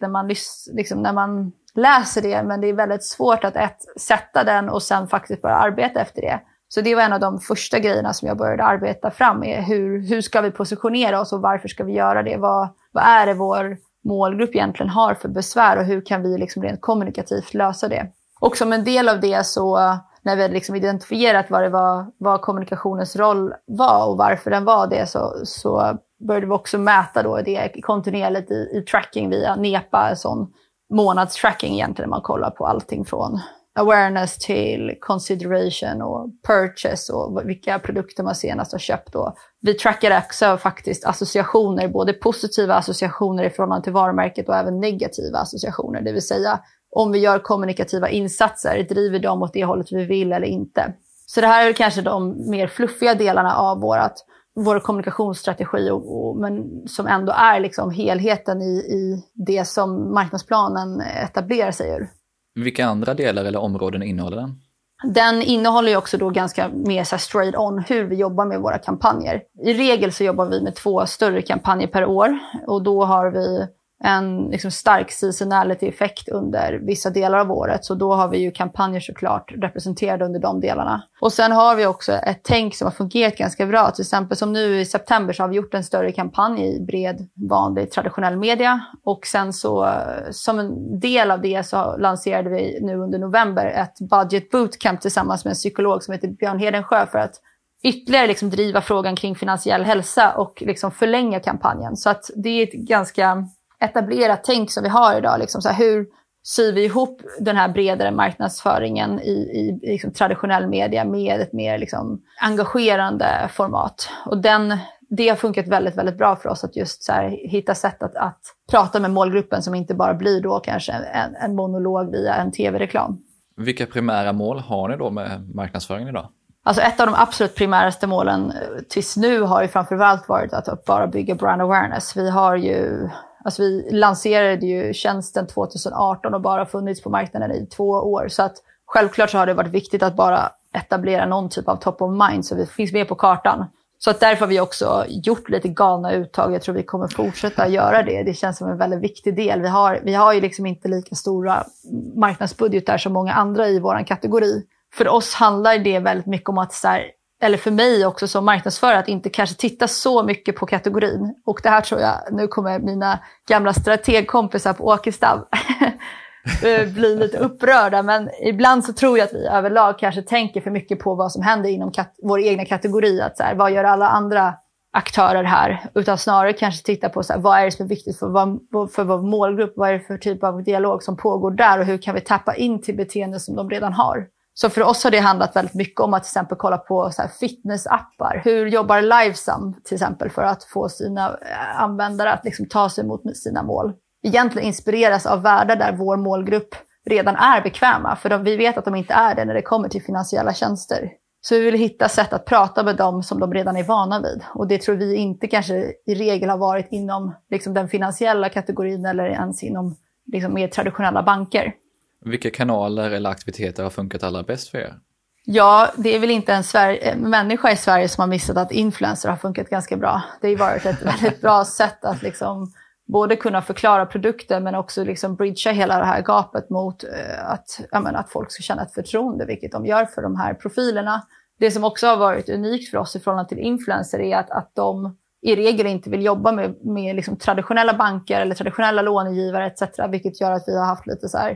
Speaker 1: när man läser det men det är väldigt svårt att sätta den och sen faktiskt börja arbeta efter det. Så det var en av de första grejerna som jag började arbeta fram är hur ska vi positionera oss och varför ska vi göra det? Vad är det vår målgrupp egentligen har för besvär och hur kan vi liksom rent kommunikativt lösa det? Och som en del av det så när vi liksom identifierat vad kommunikationens roll var och varför den var det så började vi också mäta då det kontinuerligt i tracking via NEPA, en sån månadstracking egentligen man kollar på allting från awareness till consideration och purchase och vilka produkter man senast har köpt. Och vi trackar också faktiskt associationer, både positiva associationer i förhållande till varumärket och även negativa associationer, det vill säga om vi gör kommunikativa insatser, driver de åt det hållet vi vill eller inte. Så det här är kanske de mer fluffiga delarna av vår kommunikationsstrategi men som ändå är liksom helheten i det som marknadsplanen etablerar sig ur.
Speaker 2: Vilka andra delar eller områden innehåller den?
Speaker 1: Den innehåller ju också då ganska mer så straight on hur vi jobbar med våra kampanjer. I regel så jobbar vi med 2 större kampanjer per år och då har vi en liksom stark seasonality-effekt under vissa delar av året. Så då har vi ju kampanjer såklart representerade under de delarna. Och sen har vi också ett tänk som har fungerat ganska bra. Till exempel som nu i september så har vi gjort en större kampanj i bred, vanlig, traditionell media. Och sen så som en del av det så lanserade vi nu under november ett budget bootcamp tillsammans med en psykolog som heter Björn Hedensjö för att ytterligare liksom driva frågan kring finansiell hälsa och liksom förlänga kampanjen. Så att det är ett ganska etablerat tänk som vi har idag. Liksom så här, hur syr vi ihop den här bredare marknadsföringen i liksom traditionell media med ett mer liksom engagerande format. Och det har funkat väldigt, väldigt bra för oss att just så här, hitta sätt att prata med målgruppen som inte bara blir då kanske en monolog via en tv-reklam.
Speaker 2: Vilka primära mål har ni då med marknadsföringen idag?
Speaker 1: Alltså ett av de absolut primäraste målen tills nu har ju framförallt varit att bara bygga brand awareness. Vi lanserade ju tjänsten 2018 och bara funnits på marknaden i 2 år. Så att självklart så har det varit viktigt att bara etablera någon typ av top of mind så vi finns med på kartan. Så att därför har vi också gjort lite galna uttag. Jag tror vi kommer fortsätta göra det. Det känns som en väldigt viktig del. Vi har ju liksom inte lika stora marknadsbudgetar som många andra i vår kategori. För oss handlar det väldigt mycket om att, så här, eller för mig också som marknadsförare, att inte kanske titta så mycket på kategorin. Och det här tror jag, nu kommer mina gamla strategkompisar på Åkestav bli lite upprörda. Men ibland så tror jag att vi överlag kanske tänker för mycket på vad som händer inom vår egna kategori. Att så här, vad gör alla andra aktörer här? Utan snarare kanske titta på så här, vad är det som är viktigt för vår målgrupp? Vad är det för typ av dialog som pågår där? Och hur kan vi tappa in till beteende som de redan har? Så för oss har det handlat väldigt mycket om att till exempel kolla på så här fitnessappar. Hur jobbar Livesum till exempel för att få sina användare att liksom ta sig mot sina mål? Egentligen inspireras av världar där vår målgrupp redan är bekväma. För vi vet att de inte är det när det kommer till finansiella tjänster. Så vi vill hitta sätt att prata med dem som de redan är vana vid. Och det tror vi inte kanske i regel har varit inom liksom den finansiella kategorin eller ens inom liksom mer traditionella banker.
Speaker 2: Vilka kanaler eller aktiviteter har funkat allra bäst för er?
Speaker 1: Ja, det är väl inte en människa i Sverige som har missat att influencer har funkat ganska bra. Det har ju varit ett väldigt bra sätt att liksom både kunna förklara produkter men också liksom bridgea hela det här gapet mot att folk ska känna ett förtroende, vilket de gör för de här profilerna. Det som också har varit unikt för oss i förhållande till influencer är att de i regel inte vill jobba med liksom traditionella banker eller traditionella lånegivare etc. Vilket gör att vi har haft lite så här,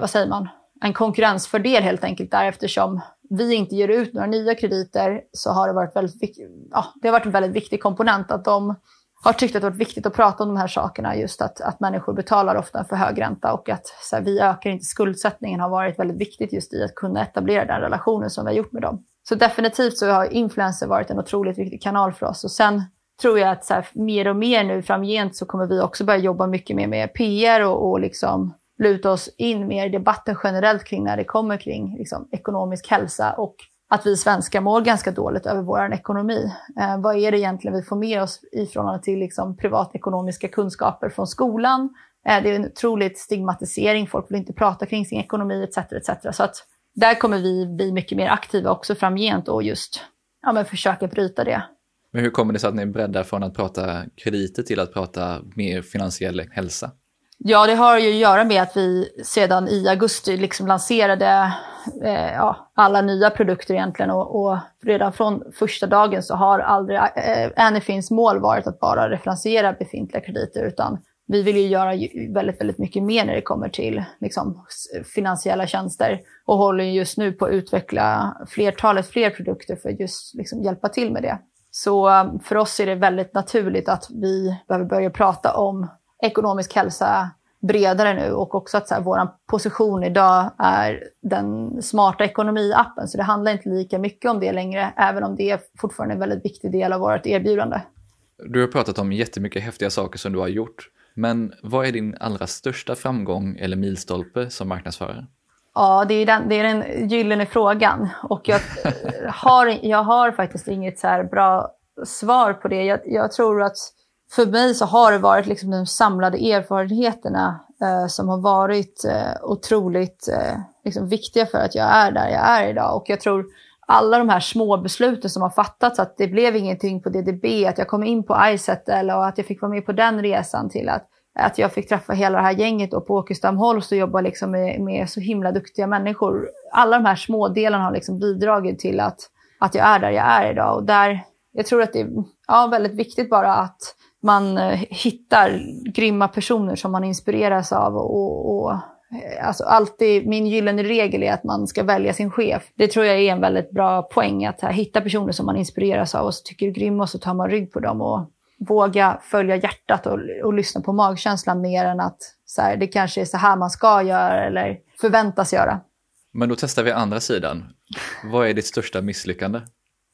Speaker 1: en konkurrensfördel helt enkelt där, eftersom vi inte ger ut några nya krediter så har det varit det har varit en väldigt viktig komponent att de har tyckt att det varit viktigt att prata om de här sakerna, just att människor betalar ofta för hög ränta och att så här, vi ökar inte skuldsättningen har varit väldigt viktigt just i att kunna etablera den relationen som vi har gjort med dem. Så definitivt så har influencer varit en otroligt viktig kanal för oss och sen tror jag att så här, mer och mer nu framgent så kommer vi också börja jobba mycket mer med PR och liksom luta oss in mer i debatten generellt kring när det kommer kring liksom, ekonomisk hälsa och att vi svenskar mår ganska dåligt över vår ekonomi. Vad är det egentligen vi får med oss i förhållande till liksom, privatekonomiska kunskaper från skolan? Det är en otroligt stigmatisering, folk vill inte prata kring sin ekonomi etc. etc. Så att där kommer vi bli mycket mer aktiva också framgent och just försöka bryta det.
Speaker 2: Men hur kommer det sig att ni är beredda från att prata krediter till att prata mer finansiell hälsa? Ja,
Speaker 1: det har ju att göra med att vi sedan i augusti liksom lanserade alla nya produkter egentligen och redan från första dagen så har aldrig Anyfin's mål varit att bara referensiera befintliga krediter utan vi vill ju göra väldigt, väldigt mycket mer när det kommer till liksom, finansiella tjänster och håller just nu på att utveckla fler produkter för att just liksom, hjälpa till med det. Så för oss är det väldigt naturligt att vi behöver börja prata om ekonomisk hälsa bredare nu och också att så här, vår position idag är den smarta ekonomi-appen så det handlar inte lika mycket om det längre även om det är fortfarande en väldigt viktig del av vårt erbjudande.
Speaker 2: Du har pratat om jättemycket häftiga saker som du har gjort men vad är din allra största framgång eller milstolpe som marknadsförare?
Speaker 1: Ja, det är den gyllene frågan och jag har faktiskt inget så här bra svar på det. Jag tror att för mig så har det varit liksom de samlade erfarenheterna som har varit otroligt liksom viktiga för att jag är där jag är idag. Och jag tror alla de här små besluten som har fattats att det blev ingenting på DDB, att jag kom in på iSettle och att jag fick vara med på den resan till att jag fick träffa hela det här gänget då på Åkestam Holst och jobba liksom med så himla duktiga människor. Alla de här små delarna har liksom bidragit till att jag är där jag är idag. Och där, jag tror att det är väldigt viktigt bara att man hittar grymma personer som man inspireras av och alltså alltid min gyllene regel är att man ska välja sin chef. Det tror jag är en väldigt bra poäng att hitta personer som man inspireras av och så tycker är grymma och så tar man rygg på dem och våga följa hjärtat och lyssna på magkänslan mer än att så här, det kanske är så här man ska göra eller förväntas göra.
Speaker 2: Men då testar vi andra sidan. Vad är ditt största misslyckande?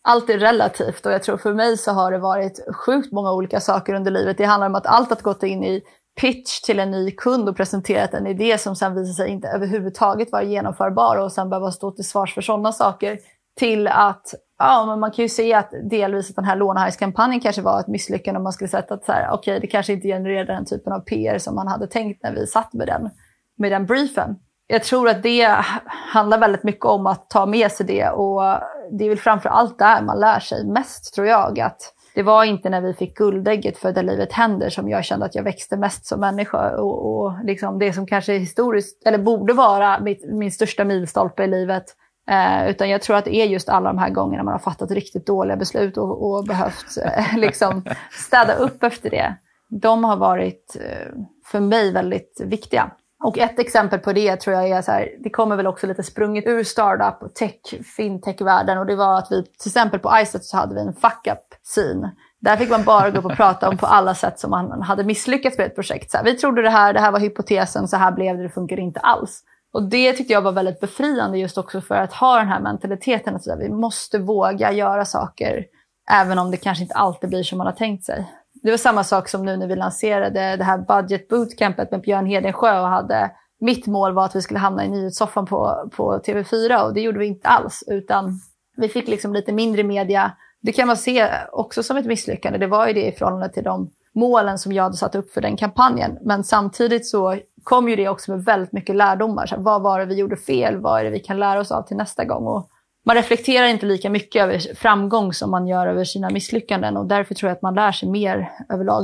Speaker 1: allt är relativt, och jag tror för mig så har det varit sjukt många olika saker under livet. Det handlar om att gått in i pitch till en ny kund och presenterat en idé som sen visar sig inte överhuvudtaget vara genomförbar och sen behöva stå till svars för sådana saker, till att men man kan ju se att delvis att den här lånehajskampanjen kanske var ett misslyckande om man skulle säga att så här, okej, det kanske inte genererade den typen av PR som man hade tänkt när vi satt med den briefen. Jag tror att det handlar väldigt mycket om att ta med sig det, och det är väl framför allt där man lär sig mest, tror jag. Att det var inte när vi fick guldägget för Där livet händer som jag kände att jag växte mest som människa, och liksom det som kanske historiskt eller borde vara min största milstolpe i livet. Utan jag tror att det är just alla de här gångerna man har fattat riktigt dåliga beslut och behövt liksom städa upp efter det. De har varit för mig väldigt viktiga. Och ett exempel på det tror jag är så här, det kommer väl också lite sprunget ur startup och fintech-världen, och det var att vi till exempel på iSet så hade vi en fuck-up-scene. Där fick man bara gå upp och prata om på alla sätt som man hade misslyckats med ett projekt. Så här, vi trodde det här var hypotesen, så här blev det funkar inte alls. Och det tyckte jag var väldigt befriande, just också för att ha den här mentaliteten att vi måste våga göra saker även om det kanske inte alltid blir som man har tänkt sig. Det var samma sak som nu när vi lanserade det här budget bootcampet med Björn Hedensjö, och mitt mål var att vi skulle hamna i nyhetssoffan på TV4, och det gjorde vi inte alls, utan vi fick liksom lite mindre media. Det kan man se också som ett misslyckande. Det var ju det i förhållande till de målen som jag hade satt upp för den kampanjen, men samtidigt så kom ju det också med väldigt mycket lärdomar. Så vad var det vi gjorde fel? Vad är det vi kan lära oss av till nästa gång? Och man reflekterar inte lika mycket över framgång som man gör över sina misslyckanden. Och därför tror jag att man lär sig mer överlag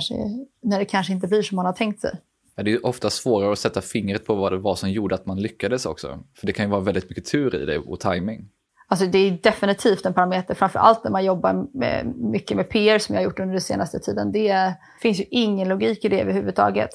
Speaker 1: när det kanske inte blir som man har tänkt sig.
Speaker 2: Ja, det är ofta svårare att sätta fingret på vad det var som gjorde att man lyckades också. För det kan ju vara väldigt mycket tur i det och timing.
Speaker 1: Alltså det är definitivt en parameter, framförallt när man jobbar mycket med PR som jag har gjort under den senaste tiden. Det finns ju ingen logik i det överhuvudtaget.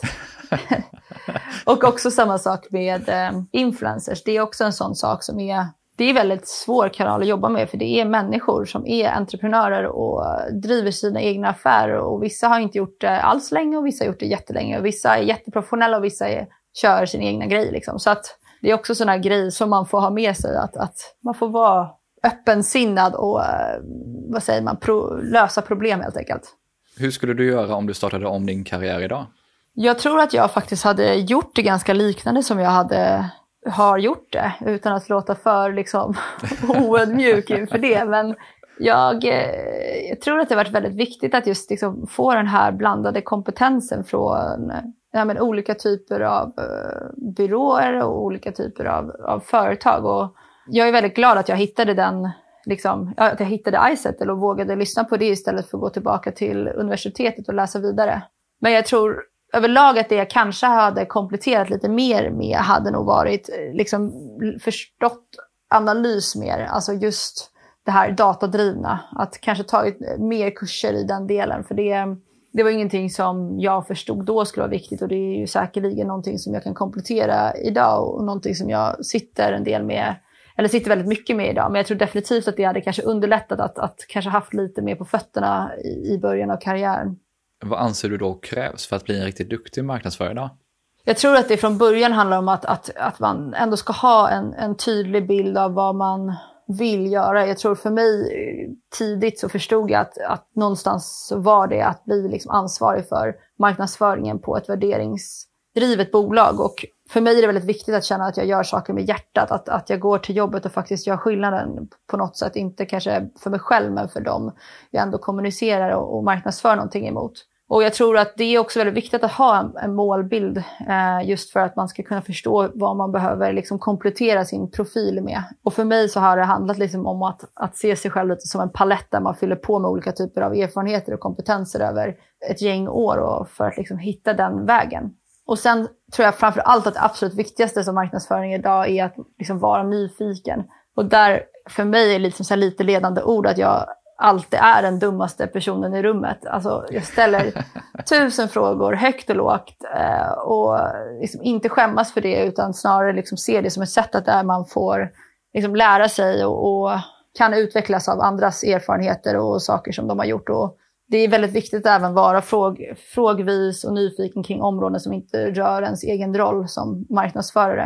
Speaker 1: Och också samma sak med influencers. Det är också en sån sak som det är väldigt svår kanal att jobba med, för det är människor som är entreprenörer och driver sina egna affärer, och vissa har inte gjort det alls länge och vissa har gjort det jättelänge, och vissa är jätteprofessionella och vissa kör sin egna grej liksom. Så att det är också sån här grej som man får ha med sig, att man får vara öppensinnad och lösa problem helt enkelt.
Speaker 2: Hur skulle du göra om du startade om din karriär idag?
Speaker 1: Jag tror att jag faktiskt hade gjort det ganska liknande som jag har gjort det, utan att låta för liksom oödmjuk inför det. Men jag tror att det har varit väldigt viktigt att just liksom få den här blandade kompetensen från olika typer av byråer och olika typer av företag. Och jag är väldigt glad att jag hittade att jag hittade iSet och vågade lyssna på det istället för att gå tillbaka till universitetet och läsa vidare. Men jag tror överlag att det jag kanske hade kompletterat lite mer med hade nog varit liksom förstått analys mer. Alltså just det här datadrivna. Att kanske tagit mer kurser i den delen. För det var ingenting som jag förstod då skulle vara viktigt. Och det är ju säkerligen någonting som jag kan komplettera idag. Och någonting som jag sitter väldigt mycket med idag. Men jag tror definitivt att det hade kanske underlättat att kanske haft lite mer på fötterna i början av karriären.
Speaker 2: Vad anser du då krävs för att bli en riktigt duktig marknadsförare idag?
Speaker 1: Jag tror att det från början handlar om att man ändå ska ha en tydlig bild av vad man vill göra. Jag tror för mig tidigt så förstod jag att någonstans så var det att bli liksom ansvarig för marknadsföringen på ett värderingsdrivet bolag. Och för mig är det väldigt viktigt att känna att jag gör saker med hjärtat. Att jag går till jobbet och faktiskt gör skillnaden på något sätt. Inte kanske för mig själv, men för dem jag ändå kommunicerar och marknadsför någonting emot. Och jag tror att det är också väldigt viktigt att ha en målbild just för att man ska kunna förstå vad man behöver liksom komplettera sin profil med. Och för mig så har det handlat liksom om att se sig själv lite som en palett där man fyller på med olika typer av erfarenheter och kompetenser över ett gäng år, och för att liksom hitta den vägen. Och sen tror jag framför allt att det absolut viktigaste som marknadsföring idag är att liksom vara nyfiken. Och där för mig är liksom så här lite ledande ord att jag alltid är den dummaste personen i rummet. Alltså jag ställer 1000 frågor högt och lågt och liksom inte skämmas för det, utan snarare liksom se det som ett sätt att där man får liksom lära sig och kan utvecklas av andras erfarenheter och saker som de har gjort. Och det är väldigt viktigt att även vara frågvis och nyfiken kring områden som inte rör ens egen roll som marknadsförare.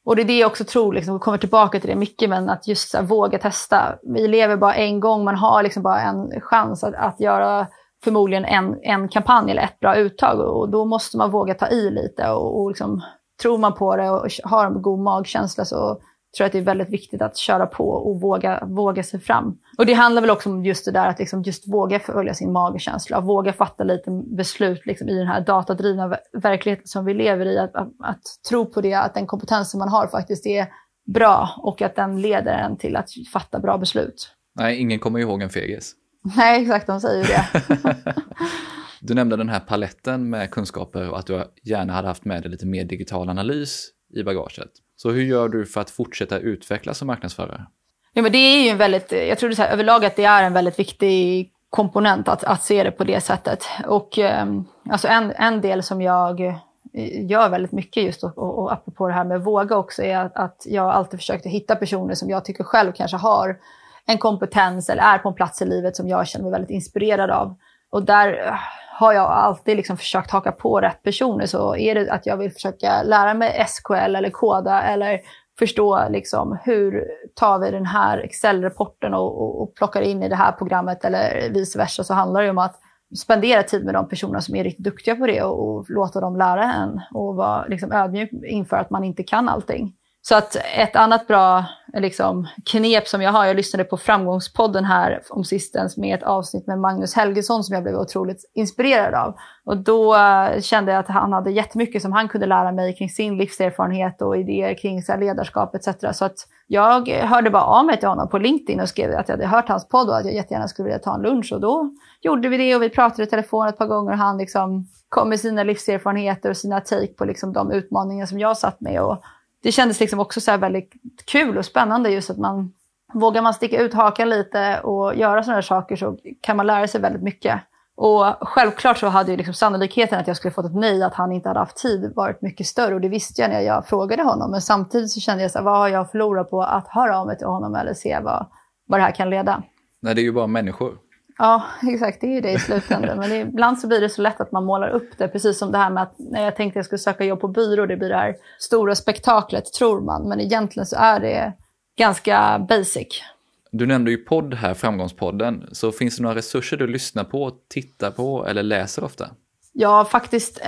Speaker 1: Och det är det jag också tror, liksom, vi kommer tillbaka till det mycket, men att just så här, våga testa. Vi lever bara en gång, man har liksom bara en chans att göra förmodligen en kampanj eller ett bra uttag. Och då måste man våga ta i lite och liksom, tror man på det och har en god magkänsla, så tror jag att det är väldigt viktigt att köra på och våga sig fram. Och det handlar väl också om just det där att liksom just våga följa sin magkänsla och våga fatta lite beslut liksom i den här datadrivna verkligheten som vi lever i. Att tro på det, att den kompetensen man har faktiskt är bra och att den leder en till att fatta bra beslut.
Speaker 2: Nej, ingen kommer ihåg en fegis.
Speaker 1: Nej, exakt, de säger ju det.
Speaker 2: Du nämnde den här paletten med kunskaper och att du gärna hade haft med dig lite mer digital analys i bagaget. Så hur gör du för att fortsätta utvecklas som marknadsförare?
Speaker 1: Ja, men det är ju en väldigt, jag tror det är så här, överlag att det är en väldigt viktig komponent att se det på det sättet. Och alltså en del som jag gör väldigt mycket just och apropå det här med våga också är att jag alltid försökte hitta personer som jag tycker själv kanske har en kompetens eller är på en plats i livet som jag känner mig väldigt inspirerad av. Och där har jag alltid liksom försökt haka på rätt personer. Så är det att jag vill försöka lära mig SQL eller koda eller förstå liksom hur tar vi den här Excel-rapporten och plockar in i det här programmet eller vice versa, så handlar det om att spendera tid med de personer som är riktigt duktiga på det och låta dem lära en och vara liksom ödmjuk inför att man inte kan allting. Så att ett annat bra liksom, knep som jag lyssnade på Framgångspodden här om sistens med ett avsnitt med Magnus Helgesson som jag blev otroligt inspirerad av. Och då kände jag att han hade jättemycket som han kunde lära mig kring sin livserfarenhet och idéer kring så här, ledarskap etc. Så att jag hörde bara av mig till honom på LinkedIn och skrev att jag hade hört hans podd och att jag jättegärna skulle vilja ta en lunch. Och då gjorde vi det och vi pratade i telefon ett par gånger och han liksom kom med sina livserfarenheter och sina take på liksom, de utmaningar som jag satt med. Och det kändes liksom också så här väldigt kul och spännande just att vågar man sticka ut hakan lite och göra sådana här saker så kan man lära sig väldigt mycket. Och självklart så hade ju liksom sannolikheten att jag skulle fått ett nej, att han inte hade haft tid, varit mycket större. Och det visste jag när jag frågade honom. Men samtidigt så kände jag så här, vad har jag förlorat på att höra av mig till honom eller se vad det här kan leda.
Speaker 2: Nej, det är ju bara människor.
Speaker 1: Ja, exakt. Det är ju det i slutändan. Men ibland så blir det så lätt att man målar upp det. Precis som det här med att när jag tänkte jag skulle söka jobb på byrå, det blir det här stora spektaklet, tror man. Men egentligen så är det ganska basic.
Speaker 2: Du nämnde ju podd här, Framgångspodden. Så finns det några resurser du lyssnar på, tittar på eller läser ofta? Ja,
Speaker 1: faktiskt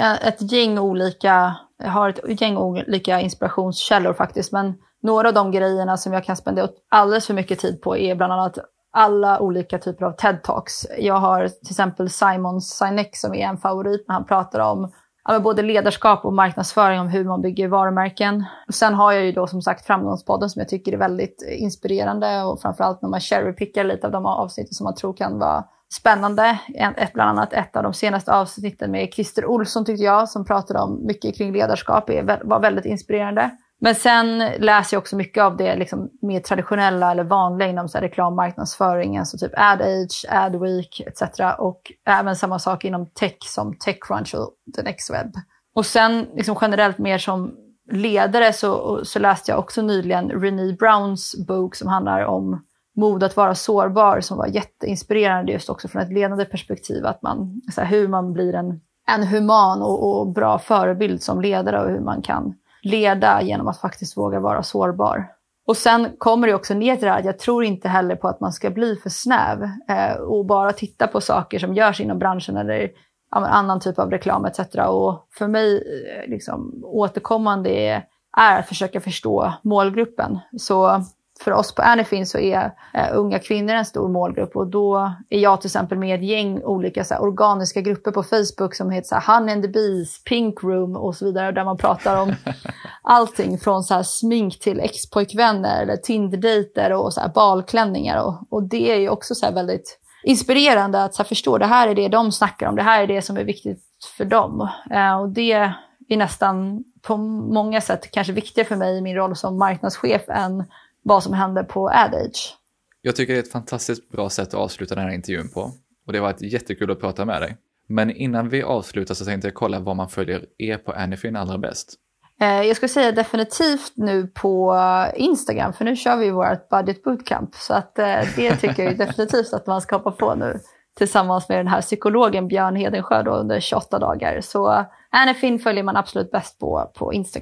Speaker 1: jag har ett gäng olika inspirationskällor faktiskt. Men några av de grejerna som jag kan spendera alldeles för mycket tid på är bland annat alla olika typer av TED-talks. Jag har till exempel Simon Sinek som är en favorit när han pratar om både ledarskap och marknadsföring, om hur man bygger varumärken. Och sen har jag ju då som sagt Framgångspodden som jag tycker är väldigt inspirerande och framförallt när man cherrypickar lite av de avsnitt som man tror kan vara spännande. Bland annat ett av de senaste avsnitten med Christer Olsson tyckte jag som pratade om mycket kring ledarskap var väldigt inspirerande. Men sen läser jag också mycket av det liksom mer traditionella eller vanliga inom så här reklammarknadsföring, alltså typ AdAge, AdWeek etc. Och även samma sak inom tech som TechCrunch och The Next Web. Och sen liksom generellt mer som ledare så läste jag också nyligen Brené Browns bok som handlar om mod att vara sårbar, som var jätteinspirerande just också från ett ledande perspektiv, att man, så här, hur man blir en human och bra förebild som ledare och hur man kan leda genom att faktiskt våga vara sårbar. Och sen kommer det också ner till det här att jag tror inte heller på att man ska bli för snäv och bara titta på saker som görs inom branschen eller annan typ av reklam etc. Och för mig liksom, återkommande är att försöka förstå målgruppen. Så för oss på Anyfin så är unga kvinnor en stor målgrupp och då är jag till exempel med ett gäng olika så här, organiska grupper på Facebook som heter så här, Honey and the Bees, Pink Room och så vidare, där man pratar om allting från så här, smink till ex-pojkvänner eller Tinder-dejter och så här, balklänningar och det är ju också så här, väldigt inspirerande att så här, förstå det här är det de snackar om, det här är det som är viktigt för dem och det är nästan på många sätt kanske viktigare för mig i min roll som marknadschef än vad som händer på AdAge.
Speaker 2: Jag tycker det är ett fantastiskt bra sätt att avsluta den här intervjun på. Och det var ett jättekul att prata med dig. Men innan vi avslutar så tänkte jag kolla vad man följer på Anyfin allra bäst.
Speaker 1: Jag skulle säga definitivt nu på Instagram. För nu kör vi vårt budget bootcamp. Så att det tycker jag definitivt att man ska hoppa på nu. Tillsammans med den här psykologen Björn Hedensjö då, under 28 dagar. Så Anyfin följer man absolut bäst på Instagram.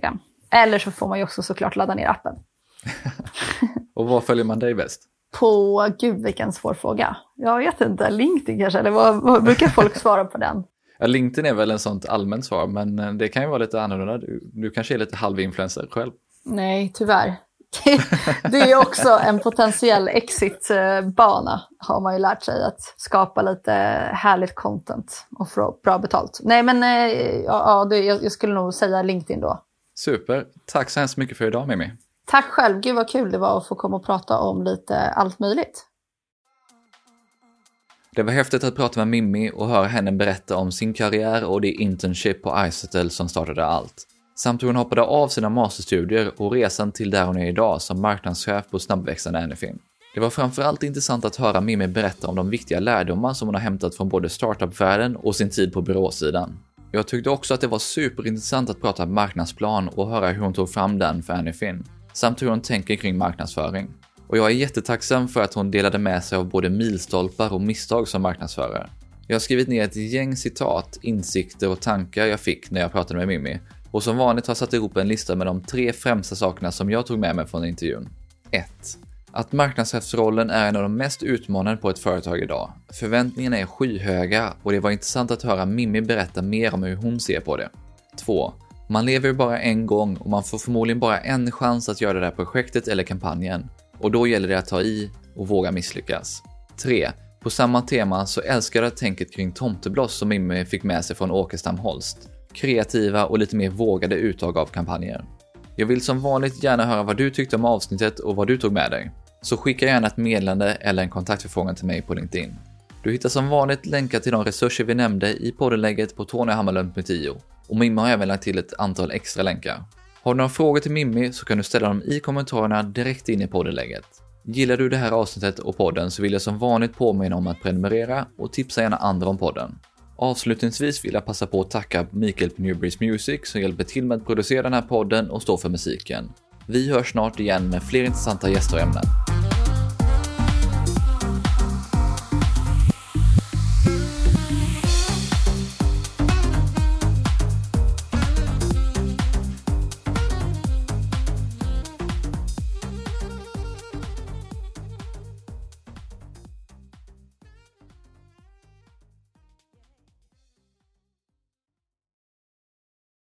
Speaker 1: Eller så får man ju också såklart ladda ner appen.
Speaker 2: Och var följer man dig bäst?
Speaker 1: På, gud vilken svår fråga. Jag vet inte, LinkedIn kanske, eller vad brukar folk svara på den?
Speaker 2: Ja, LinkedIn är väl en sånt allmänt svar, men det kan ju vara lite annorlunda. Du kanske är lite halvinfluencer själv.
Speaker 1: Nej, tyvärr. Det är ju också en potentiell exit-bana, har man ju lärt sig, att skapa lite härligt content och få bra betalt. Nej, men jag skulle nog säga LinkedIn då.
Speaker 2: Super, tack så hemskt mycket för idag, Mimmi.
Speaker 1: Tack själv, gud vad kul det var att få komma och prata om lite allt möjligt.
Speaker 2: Det var häftigt att prata med Mimmi och höra henne berätta om sin karriär och det internship på Izettle som startade allt. Samt hur hon hoppade av sina masterstudier och resan till där hon är idag som marknadschef på snabbväxande Anyfin. Det var framförallt intressant att höra Mimmi berätta om de viktiga lärdomar som hon har hämtat från både startup-världen och sin tid på byråsidan. Jag tyckte också att det var superintressant att prata marknadsplan och höra hur hon tog fram den för Anyfin, samt hur hon tänker kring marknadsföring. Och jag är jättetacksam för att hon delade med sig av både milstolpar och misstag som marknadsförare. Jag har skrivit ner ett gäng citat, insikter och tankar jag fick när jag pratade med Mimmi. Och som vanligt har jag satt ihop en lista med de 3 främsta sakerna som jag tog med mig från intervjun. 1. Att marknadschefsrollen är en av de mest utmanande på ett företag idag. Förväntningarna är skyhöga och det var intressant att höra Mimmi berätta mer om hur hon ser på det. 2. Man lever ju bara en gång och man får förmodligen bara en chans att göra det där projektet eller kampanjen. Och då gäller det att ta i och våga misslyckas. 3. På samma tema så älskar jag tänket kring tomtebloss som Mimmi fick med sig från Åkestam Holst. Kreativa och lite mer vågade uttag av kampanjer. Jag vill som vanligt gärna höra vad du tyckte om avsnittet och vad du tog med dig. Så skicka gärna ett meddelande eller en kontaktförfrågan till mig på LinkedIn. Du hittar som vanligt länkar till de resurser vi nämnde i poddenlägget på tonyhammarlund.io. Och Mimmi har även lagt till ett antal extra länkar. Har du några frågor till Mimmi så kan du ställa dem i kommentarerna direkt in i poddenlägget. Gillar du det här avsnittet och podden så vill jag som vanligt påminna om att prenumerera och tipsa gärna andra om podden. Avslutningsvis vill jag passa på att tacka Mikael på Newbreeze Music som hjälper till med att producera den här podden och stå för musiken. Vi hörs snart igen med fler intressanta gäster och ämnen.